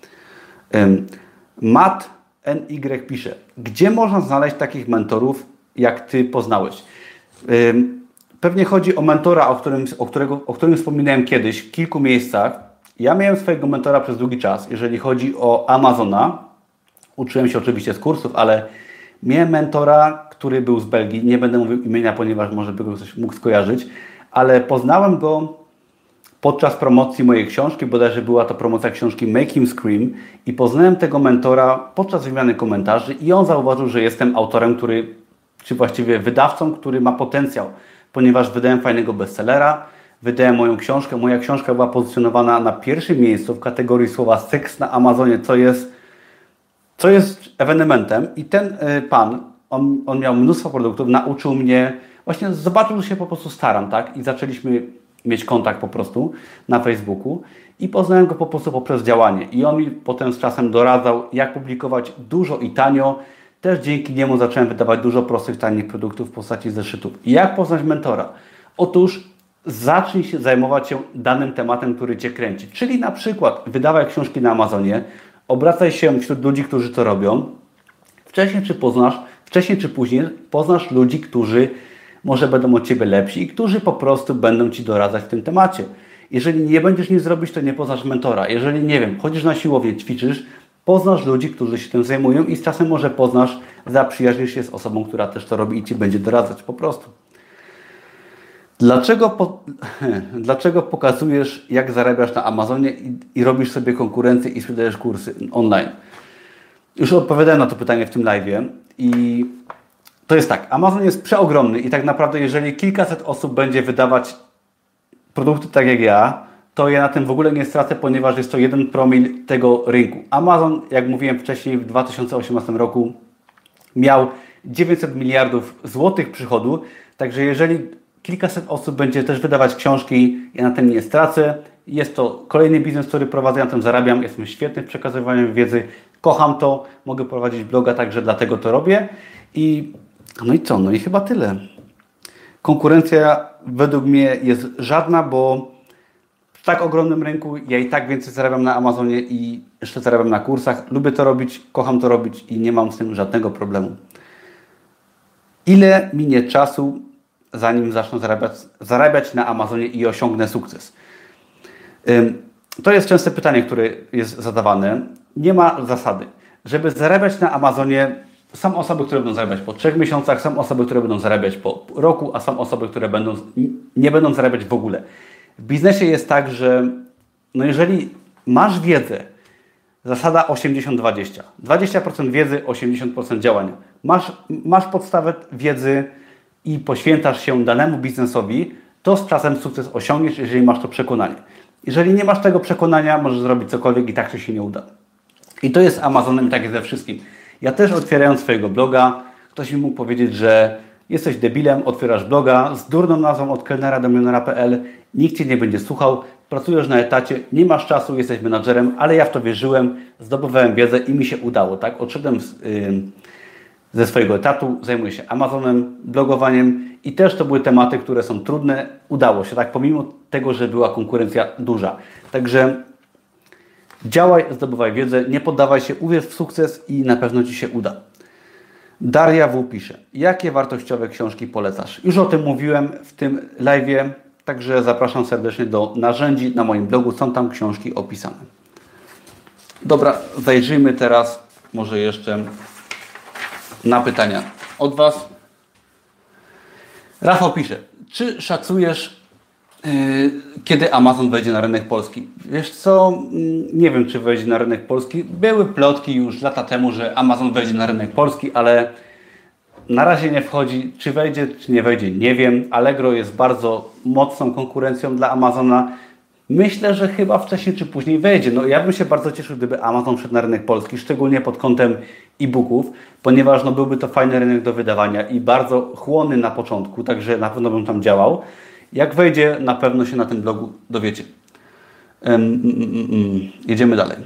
Matt NY pisze, gdzie można znaleźć takich mentorów, jak Ty poznałeś? Pewnie chodzi o mentora, o którym wspominałem kiedyś w kilku miejscach. Ja miałem swojego mentora przez długi czas, jeżeli chodzi o Amazona. Uczyłem się oczywiście z kursów, ale miałem mentora, który był z Belgii. Nie będę mówił imienia, ponieważ może by go ktoś mógł skojarzyć, ale poznałem go podczas promocji mojej książki, bodajże była to promocja książki Make Him Scream i poznałem tego mentora podczas wymiany komentarzy i on zauważył, że jestem autorem, czy właściwie wydawcą, który ma potencjał, ponieważ wydałem fajnego bestsellera, wydałem moją książkę. Moja książka była pozycjonowana na pierwszym miejscu w kategorii słowa seks na Amazonie, co jest ewenementem i ten pan, on miał mnóstwo produktów, nauczył mnie, właśnie zobaczył, że się po prostu staram, tak? I zaczęliśmy mieć kontakt po prostu na Facebooku i poznałem go po prostu poprzez działanie. I on mi potem z czasem doradzał, jak publikować dużo i tanio. Też dzięki niemu zacząłem wydawać dużo prostych, tanich produktów w postaci zeszytów. I jak poznać mentora? Otóż zacznij się zajmować się danym tematem, który Cię kręci. Czyli na przykład wydawaj książki na Amazonie, obracaj się wśród ludzi, którzy to robią. Wcześniej czy później poznasz ludzi, którzy może będą od Ciebie lepsi i którzy po prostu będą Ci doradzać w tym temacie. Jeżeli nie będziesz nic zrobić, to nie poznasz mentora. Jeżeli, nie wiem, chodzisz na siłownię, ćwiczysz, poznasz ludzi, którzy się tym zajmują i z czasem może poznasz, zaprzyjaźnisz się z osobą, która też to robi i Ci będzie doradzać po prostu. Dlaczego pokazujesz, jak zarabiasz na Amazonie i robisz sobie konkurencję i sprzedajesz kursy online? Już odpowiadałem na to pytanie w tym live'ie i to jest tak, Amazon jest przeogromny i tak naprawdę jeżeli kilkaset osób będzie wydawać produkty tak jak ja, to ja na tym w ogóle nie stracę, ponieważ jest to 1 promil tego rynku. Amazon, jak mówiłem wcześniej, w 2018 roku miał 900 miliardów złotych przychodu, także jeżeli kilkaset osób będzie też wydawać książki, ja na tym nie stracę. Jest to kolejny biznes, który prowadzę, na tym zarabiam, jestem świetny w przekazywaniu wiedzy, kocham to, mogę prowadzić bloga, także dlatego to robię. No i co? No i chyba tyle. Konkurencja według mnie jest żadna, bo w tak ogromnym rynku ja i tak więcej zarabiam na Amazonie i jeszcze zarabiam na kursach. Lubię to robić, kocham to robić i nie mam z tym żadnego problemu. Ile minie czasu, zanim zacznę zarabiać na Amazonie i osiągnę sukces? To jest częste pytanie, które jest zadawane. Nie ma zasady. Żeby zarabiać na Amazonie, są osoby, które będą zarabiać po 3 miesiącach, są osoby, które będą zarabiać po roku, a są osoby, które nie będą zarabiać w ogóle. W biznesie jest tak, że no jeżeli masz wiedzę, zasada 80-20. 20% wiedzy, 80% działania. Masz podstawę wiedzy i poświęcasz się danemu biznesowi, to z czasem sukces osiągniesz, jeżeli masz to przekonanie. Jeżeli nie masz tego przekonania, możesz zrobić cokolwiek i tak się nie uda. I to jest z Amazonem i tak jest ze wszystkim. Ja też otwierając swojego bloga, ktoś mi mógł powiedzieć, że jesteś debilem, otwierasz bloga z durną nazwą od kelnera do milionera.pl, nikt Cię nie będzie słuchał, pracujesz na etacie, nie masz czasu, jesteś menadżerem, ale ja w to wierzyłem, zdobywałem wiedzę i mi się udało. Tak? Odszedłem ze swojego etatu, zajmuję się Amazonem, blogowaniem i też to były tematy, które są trudne. Udało się, tak? Pomimo tego, że była konkurencja duża. Także działaj, zdobywaj wiedzę, nie poddawaj się, uwierz w sukces i na pewno Ci się uda. Daria W. pisze, jakie wartościowe książki polecasz? Już o tym mówiłem w tym live'ie, także zapraszam serdecznie do narzędzi na moim blogu, są tam książki opisane. Dobra, zajrzyjmy teraz może jeszcze na pytania od Was. Rafał pisze, czy szacujesz, kiedy Amazon wejdzie na rynek polski? Wiesz co, nie wiem, czy wejdzie na rynek polski. Były plotki już lata temu, że Amazon wejdzie na rynek polski, ale na razie nie wchodzi. Czy wejdzie, czy nie wejdzie, nie wiem. Allegro jest bardzo mocną konkurencją dla Amazona. Myślę, że chyba wcześniej czy później wejdzie. No, ja bym się bardzo cieszył, gdyby Amazon wszedł na rynek polski, szczególnie pod kątem e-booków, ponieważ no, byłby to fajny rynek do wydawania i bardzo chłonny na początku, także na pewno bym tam działał. Jak wejdzie, na pewno się na tym blogu dowiecie. Jedziemy dalej.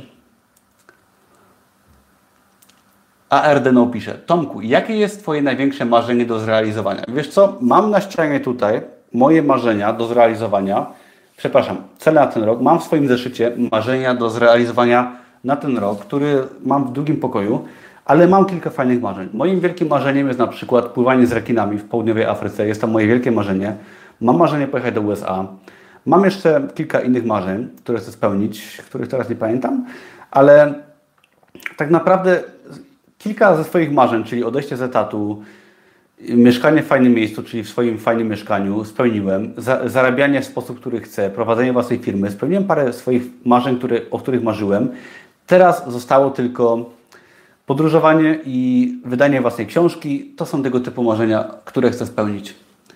ARDNO pisze, Tomku, jakie jest Twoje największe marzenie do zrealizowania? Wiesz co, mam na ścianie tutaj moje marzenia do zrealizowania. Przepraszam, cele na ten rok. Mam w swoim zeszycie marzenia do zrealizowania na ten rok, który mam w drugim pokoju, ale mam kilka fajnych marzeń. Moim wielkim marzeniem jest na przykład pływanie z rekinami w południowej Afryce. Jest to moje wielkie marzenie. Mam marzenie pojechać do USA. Mam jeszcze kilka innych marzeń, które chcę spełnić, których teraz nie pamiętam, ale tak naprawdę kilka ze swoich marzeń, czyli odejście z etatu, mieszkanie w fajnym miejscu, czyli w swoim fajnym mieszkaniu, spełniłem. Zarabianie w sposób, który chcę, prowadzenie własnej firmy. Spełniłem parę swoich marzeń, o których marzyłem. Teraz zostało tylko podróżowanie i wydanie własnej książki. To są tego typu marzenia, które chcę spełnić.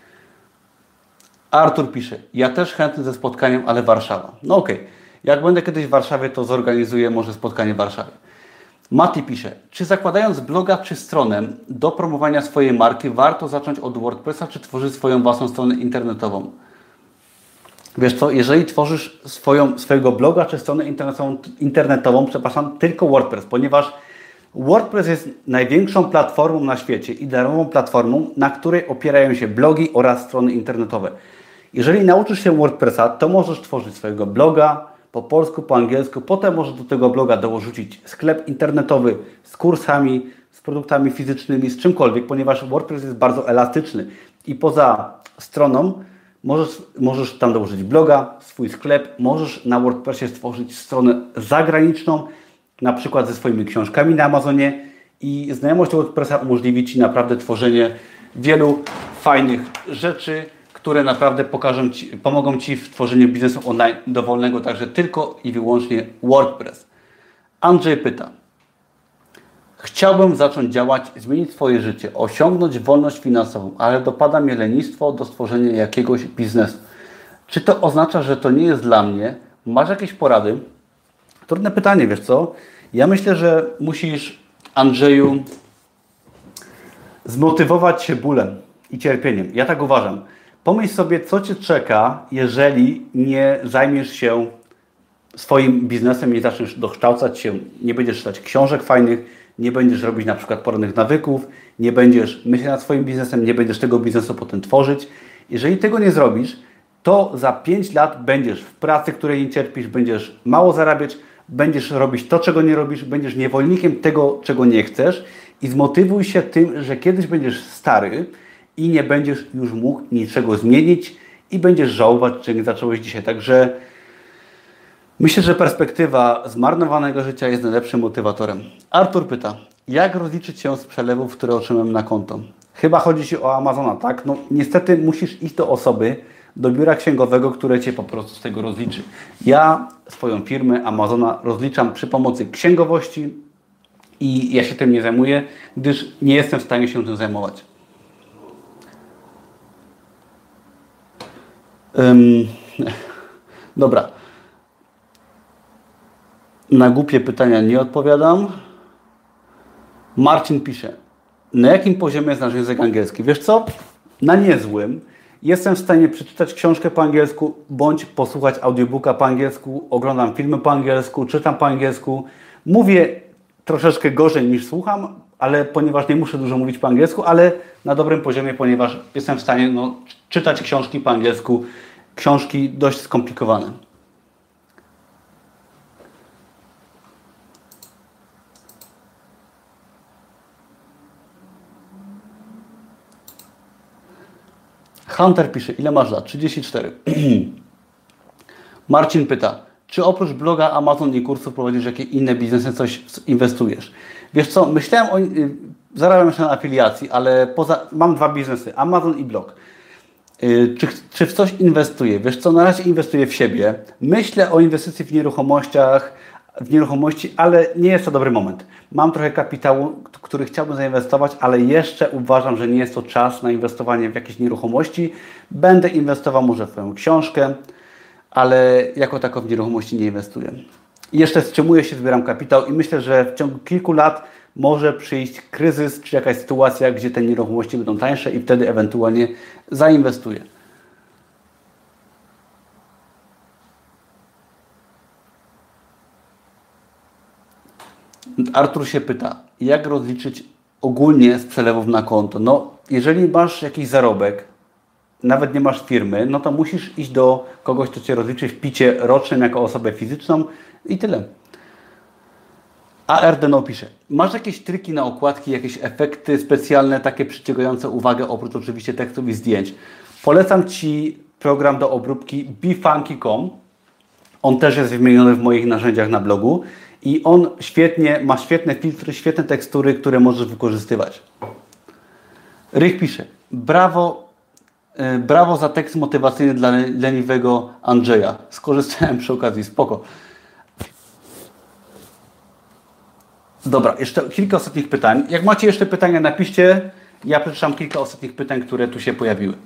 Artur pisze, ja też chętny ze spotkaniem, ale Warszawa. No okej. Jak będę kiedyś w Warszawie, to zorganizuję może spotkanie w Warszawie. Mati pisze, czy zakładając bloga czy stronę do promowania swojej marki warto zacząć od WordPressa, czy tworzyć swoją własną stronę internetową? Wiesz co, jeżeli tworzysz swojego bloga czy stronę internetową, tylko WordPress, ponieważ WordPress jest największą platformą na świecie i darmową platformą, na której opierają się blogi oraz strony internetowe. Jeżeli nauczysz się WordPressa, to możesz tworzyć swojego bloga po polsku, po angielsku. Potem możesz do tego bloga dorzucić sklep internetowy z kursami, z produktami fizycznymi, z czymkolwiek, ponieważ WordPress jest bardzo elastyczny. I poza stroną możesz tam dołożyć bloga, swój sklep, możesz na WordPressie stworzyć stronę zagraniczną, na przykład ze swoimi książkami na Amazonie, i znajomość WordPressa umożliwi Ci naprawdę tworzenie wielu fajnych rzeczy, które naprawdę pomogą Ci w tworzeniu biznesu online dowolnego, także tylko i wyłącznie WordPress. Andrzej pyta, chciałbym zacząć działać, zmienić swoje życie, osiągnąć wolność finansową, ale dopada mnie lenistwo do stworzenia jakiegoś biznesu. Czy to oznacza, że to nie jest dla mnie? Masz jakieś porady? Trudne pytanie, wiesz co? Ja myślę, że musisz, Andrzeju, zmotywować się bólem i cierpieniem. Ja tak uważam. Pomyśl sobie, co Cię czeka, jeżeli nie zajmiesz się swoim biznesem, nie zaczniesz dokształcać się, nie będziesz czytać książek fajnych, nie będziesz robić na przykład porannych nawyków, nie będziesz myśleć nad swoim biznesem, nie będziesz tego biznesu potem tworzyć. Jeżeli tego nie zrobisz, to za 5 lat będziesz w pracy, której nie cierpisz, będziesz mało zarabiać, będziesz robić to, czego nie robisz, będziesz niewolnikiem tego, czego nie chcesz, i zmotywuj się tym, że kiedyś będziesz stary i nie będziesz już mógł niczego zmienić i będziesz żałować, że nie zacząłeś dzisiaj. Także myślę, że perspektywa zmarnowanego życia jest najlepszym motywatorem. Artur pyta, jak rozliczyć się z przelewów, które otrzymałem na konto? Chyba chodzi Ci o Amazona, tak? No niestety musisz iść do osoby, do biura księgowego, które Cię po prostu z tego rozliczy. Ja swoją firmę Amazona rozliczam przy pomocy księgowości i ja się tym nie zajmuję, gdyż nie jestem w stanie się tym zajmować. Dobra. Na głupie pytania nie odpowiadam. Marcin pisze, na jakim poziomie znasz język angielski? Wiesz co? Na niezłym. Jestem w stanie przeczytać książkę po angielsku, bądź posłuchać audiobooka po angielsku, oglądam filmy po angielsku, czytam po angielsku. Mówię troszeczkę gorzej niż słucham, ale ponieważ nie muszę dużo mówić po angielsku, ale na dobrym poziomie, ponieważ jestem w stanie czytać książki po angielsku, książki dość skomplikowane. Hunter pisze, ile masz lat? 34. Marcin pyta, czy oprócz bloga, Amazon i kursów prowadzisz jakieś inne biznesy, coś inwestujesz? Wiesz co, myślałem o... Zarabiam się na afiliacji, ale mam 2 biznesy, Amazon i blog. Czy w coś inwestuję? Wiesz co, na razie inwestuję w siebie. Myślę o inwestycji w nieruchomości, ale nie jest to dobry moment. Mam trochę kapitału, który chciałbym zainwestować, ale jeszcze uważam, że nie jest to czas na inwestowanie w jakieś nieruchomości. Będę inwestował może w swoją książkę, ale jako tako w nieruchomości nie inwestuję. I jeszcze wstrzymuję się, zbieram kapitał i myślę, że w ciągu kilku lat może przyjść kryzys, czy jakaś sytuacja, gdzie te nieruchomości będą tańsze i wtedy ewentualnie zainwestuję. Artur się pyta, jak rozliczyć ogólnie z przelewów na konto? No, jeżeli masz jakiś zarobek, nawet nie masz firmy, no to musisz iść do kogoś, kto Cię rozliczy w picie rocznym jako osobę fizyczną i tyle. ARDNO pisze, masz jakieś triki na okładki, jakieś efekty specjalne, takie przyciągające uwagę, oprócz oczywiście tekstów i zdjęć. Polecam Ci program do obróbki befunky.com. On też jest wymieniony w moich narzędziach na blogu i on ma świetne filtry, świetne tekstury, które możesz wykorzystywać. Rych pisze, brawo za tekst motywacyjny dla leniwego Andrzeja. Skorzystałem przy okazji, spoko. Dobra, jeszcze kilka ostatnich pytań. Jak macie jeszcze pytania, napiszcie. Ja przeczytam kilka ostatnich pytań, które tu się pojawiły.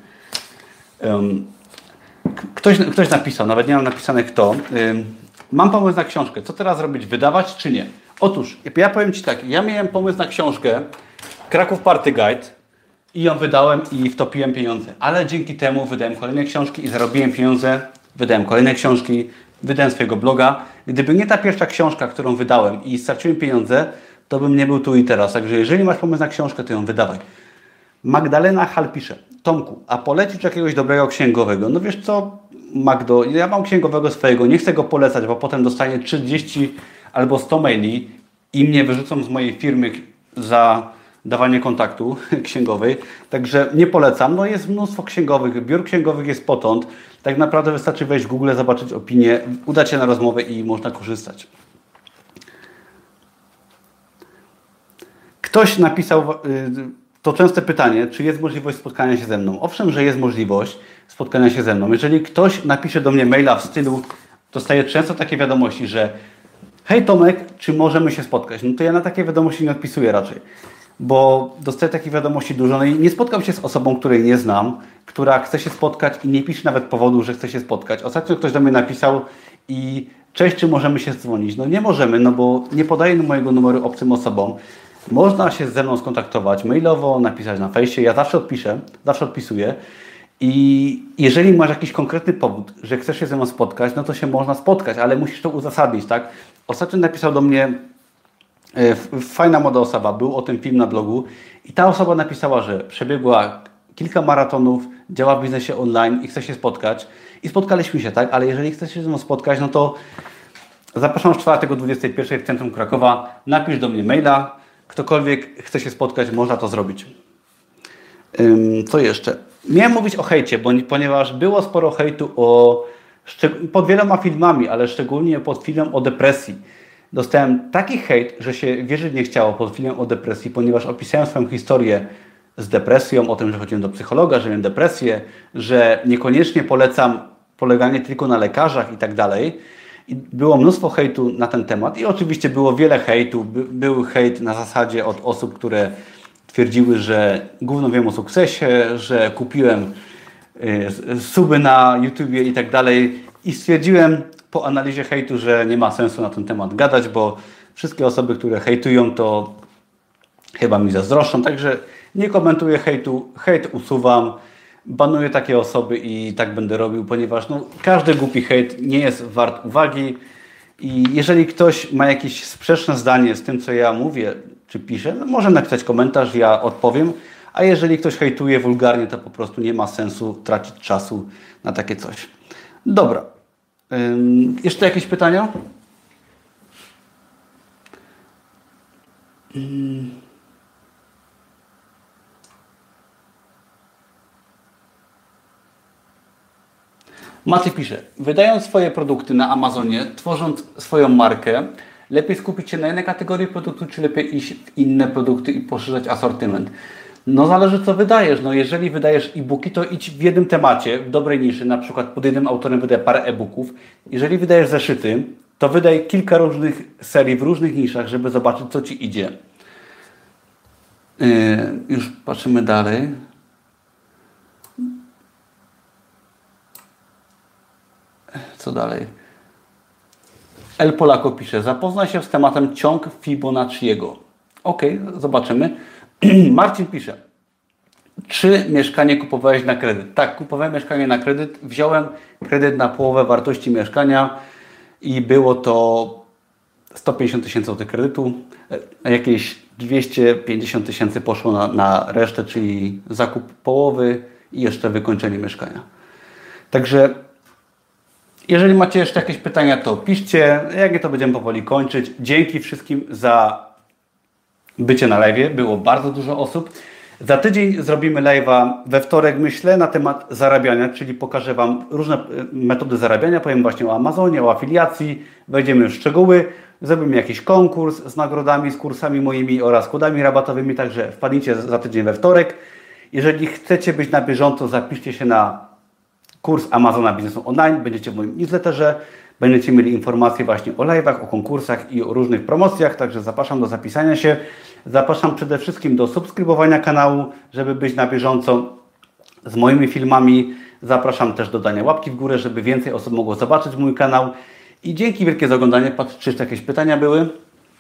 Ktoś napisał, nawet nie mam napisane kto. Mam pomysł na książkę. Co teraz robić? Wydawać czy nie? Otóż, ja powiem Ci tak. Ja miałem pomysł na książkę Kraków Party Guide i ją wydałem i wtopiłem pieniądze. Ale dzięki temu wydałem kolejne książki i zarobiłem pieniądze. Wydałem kolejne książki, wydałem swojego bloga. Gdyby nie ta pierwsza książka, którą wydałem i straciłem pieniądze, to bym nie był tu i teraz. Także jeżeli masz pomysł na książkę, to ją wydawaj. Magdalena Hal pisze, Tomku, a polecisz jakiegoś dobrego księgowego? No wiesz co, Magdo, ja mam księgowego swojego, nie chcę go polecać, bo potem dostaję 30 albo 100 maili i mnie wyrzucą z mojej firmy za dawanie kontaktu księgowej. Także nie polecam. No jest mnóstwo księgowych, biur księgowych jest potąd. Tak naprawdę wystarczy wejść w Google, zobaczyć opinię, udać się na rozmowę i można korzystać. Ktoś napisał, to częste pytanie, czy jest możliwość spotkania się ze mną? Owszem, że jest możliwość spotkania się ze mną. Jeżeli ktoś napisze do mnie maila w stylu, dostaję często takie wiadomości, że hej Tomek, czy możemy się spotkać? No to ja na takie wiadomości nie odpisuję raczej, bo dostaję takich wiadomości dużo. No i nie spotkam się z osobą, której nie znam, która chce się spotkać i nie pisze nawet powodu, że chce się spotkać. Ostatnio ktoś do mnie napisał i cześć, czy możemy się dzwonić? No nie możemy, no bo nie podaję mojego numeru obcym osobom. Można się ze mną skontaktować mailowo, napisać na fejsie. Ja zawsze odpiszę, zawsze odpisuję. I jeżeli masz jakiś konkretny powód, że chcesz się ze mną spotkać, no to się można spotkać, ale musisz to uzasadnić, tak? Ostatnio napisał do mnie fajna młoda osoba, był o tym film na blogu i ta osoba napisała, że przebiegła kilka maratonów, działa w biznesie online i chce się spotkać. I spotkaliśmy się, tak? Ale jeżeli chcesz się ze mną spotkać, no to zapraszam w czwartek o 21 w centrum Krakowa. Napisz do mnie maila. Ktokolwiek chce się spotkać, można to zrobić. Co jeszcze? Miałem mówić o hejcie, ponieważ było sporo hejtu pod wieloma filmami, ale szczególnie pod filmem o depresji. Dostałem taki hejt, że się wierzyć nie chciało pod filmem o depresji, ponieważ opisałem swoją historię z depresją, o tym, że chodziłem do psychologa, że miałem depresję, że niekoniecznie polecam poleganie tylko na lekarzach i tak dalej. I było mnóstwo hejtu na ten temat i oczywiście było wiele hejtu. Był hejt na zasadzie od osób, które twierdziły, że gówno wiem o sukcesie, że kupiłem suby na YouTubie i tak dalej. I stwierdziłem po analizie hejtu, że nie ma sensu na ten temat gadać, bo wszystkie osoby, które hejtują, to chyba mi zazdroszczą. Także nie komentuję hejtu, hejt usuwam. Banuję takie osoby i tak będę robił, ponieważ no, każdy głupi hejt nie jest wart uwagi i jeżeli ktoś ma jakieś sprzeczne zdanie z tym, co ja mówię czy piszę, no może napisać komentarz, ja odpowiem, a jeżeli ktoś hejtuje wulgarnie, to po prostu nie ma sensu tracić czasu na takie coś. Dobra. Jeszcze jakieś pytania? Maciej pisze, wydając swoje produkty na Amazonie, tworząc swoją markę, lepiej skupić się na jednej kategorii produktu, czy lepiej iść w inne produkty i poszerzać asortyment? No zależy co wydajesz. No jeżeli wydajesz e-booki, to idź w jednym temacie, w dobrej niszy, na przykład pod jednym autorem wydaj parę e-booków. Jeżeli wydajesz zeszyty, to wydaj kilka różnych serii w różnych niszach, żeby zobaczyć co Ci idzie. Już patrzymy dalej. Co dalej? El Polako pisze, zapoznaj się z tematem ciąg Fibonacciego. Ok, zobaczymy. Marcin pisze, czy mieszkanie kupowałeś na kredyt? Tak, kupowałem mieszkanie na kredyt. Wziąłem kredyt na połowę wartości mieszkania i było to 150 000 złotych kredytu. Jakieś 250 000 poszło na resztę, czyli zakup połowy i jeszcze wykończenie mieszkania. Także jeżeli macie jeszcze jakieś pytania, to piszcie. Jak nie, to będziemy powoli kończyć. Dzięki wszystkim za bycie na live'ie. Było bardzo dużo osób. Za tydzień zrobimy live'a we wtorek, myślę, na temat zarabiania, czyli pokażę Wam różne metody zarabiania. Powiem właśnie o Amazonie, o afiliacji. Wejdziemy w szczegóły. Zrobimy jakiś konkurs z nagrodami, z kursami moimi oraz kodami rabatowymi. Także wpadnijcie za tydzień we wtorek. Jeżeli chcecie być na bieżąco, zapiszcie się na kurs Amazona Biznesu Online. Będziecie w moim newsletterze. Będziecie mieli informacje właśnie o live'ach, o konkursach i o różnych promocjach. Także zapraszam do zapisania się. Zapraszam przede wszystkim do subskrybowania kanału, żeby być na bieżąco z moimi filmami. Zapraszam też do dania łapki w górę, żeby więcej osób mogło zobaczyć mój kanał. I dzięki wielkie za oglądanie. Patrzę, czy jeszcze jakieś pytania były.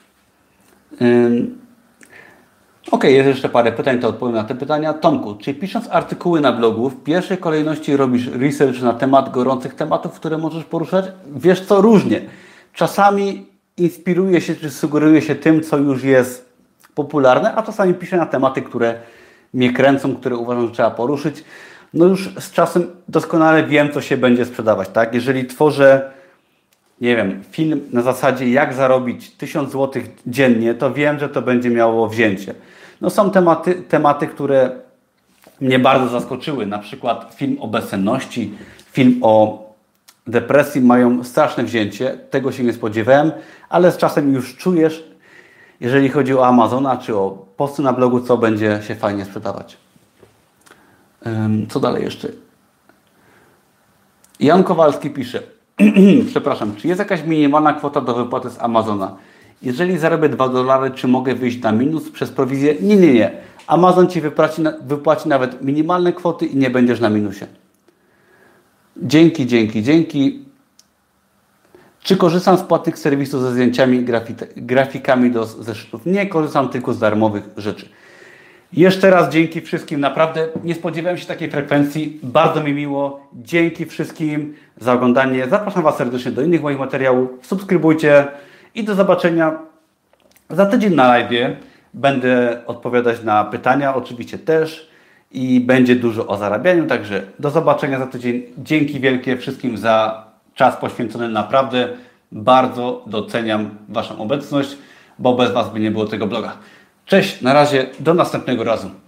Ok, jest jeszcze parę pytań, to odpowiem na te pytania. Tomku, czy pisząc artykuły na blogu w pierwszej kolejności robisz research na temat gorących tematów, które możesz poruszać? Wiesz co, różnie. Czasami inspiruję się, czy sugeruję się tym, co już jest popularne, a czasami piszę na tematy, które mnie kręcą, które uważam, że trzeba poruszyć. No już z czasem doskonale wiem, co się będzie sprzedawać, tak? Jeżeli tworzę, nie wiem, film na zasadzie jak zarobić 1000 zł dziennie, to wiem, że to będzie miało wzięcie. No są tematy, które mnie bardzo zaskoczyły. Na przykład film o bezsenności, film o depresji mają straszne wzięcie. Tego się nie spodziewałem, ale z czasem już czujesz, jeżeli chodzi o Amazona czy o posty na blogu, co będzie się fajnie sprzedawać. Co dalej jeszcze? Jan Kowalski pisze, przepraszam, czy jest jakaś minimalna kwota do wypłaty z Amazona? Jeżeli zarobię $2, czy mogę wyjść na minus przez prowizję? Nie. Amazon Ci wypłaci nawet minimalne kwoty i nie będziesz na minusie. Dzięki. Czy korzystam z płatnych serwisów ze zdjęciami, grafikami do zeszytów? Nie korzystam tylko z darmowych rzeczy. Jeszcze raz dzięki wszystkim. Naprawdę nie spodziewałem się takiej frekwencji. Bardzo mi miło. Dzięki wszystkim za oglądanie. Zapraszam Was serdecznie do innych moich materiałów. Subskrybujcie i do zobaczenia za tydzień na live'ie. Będę odpowiadać na pytania, oczywiście też. I będzie dużo o zarabianiu. Także do zobaczenia za tydzień. Dzięki wielkie wszystkim za czas poświęcony. Naprawdę bardzo doceniam Waszą obecność, bo bez Was by nie było tego bloga. Cześć, na razie, do następnego razu.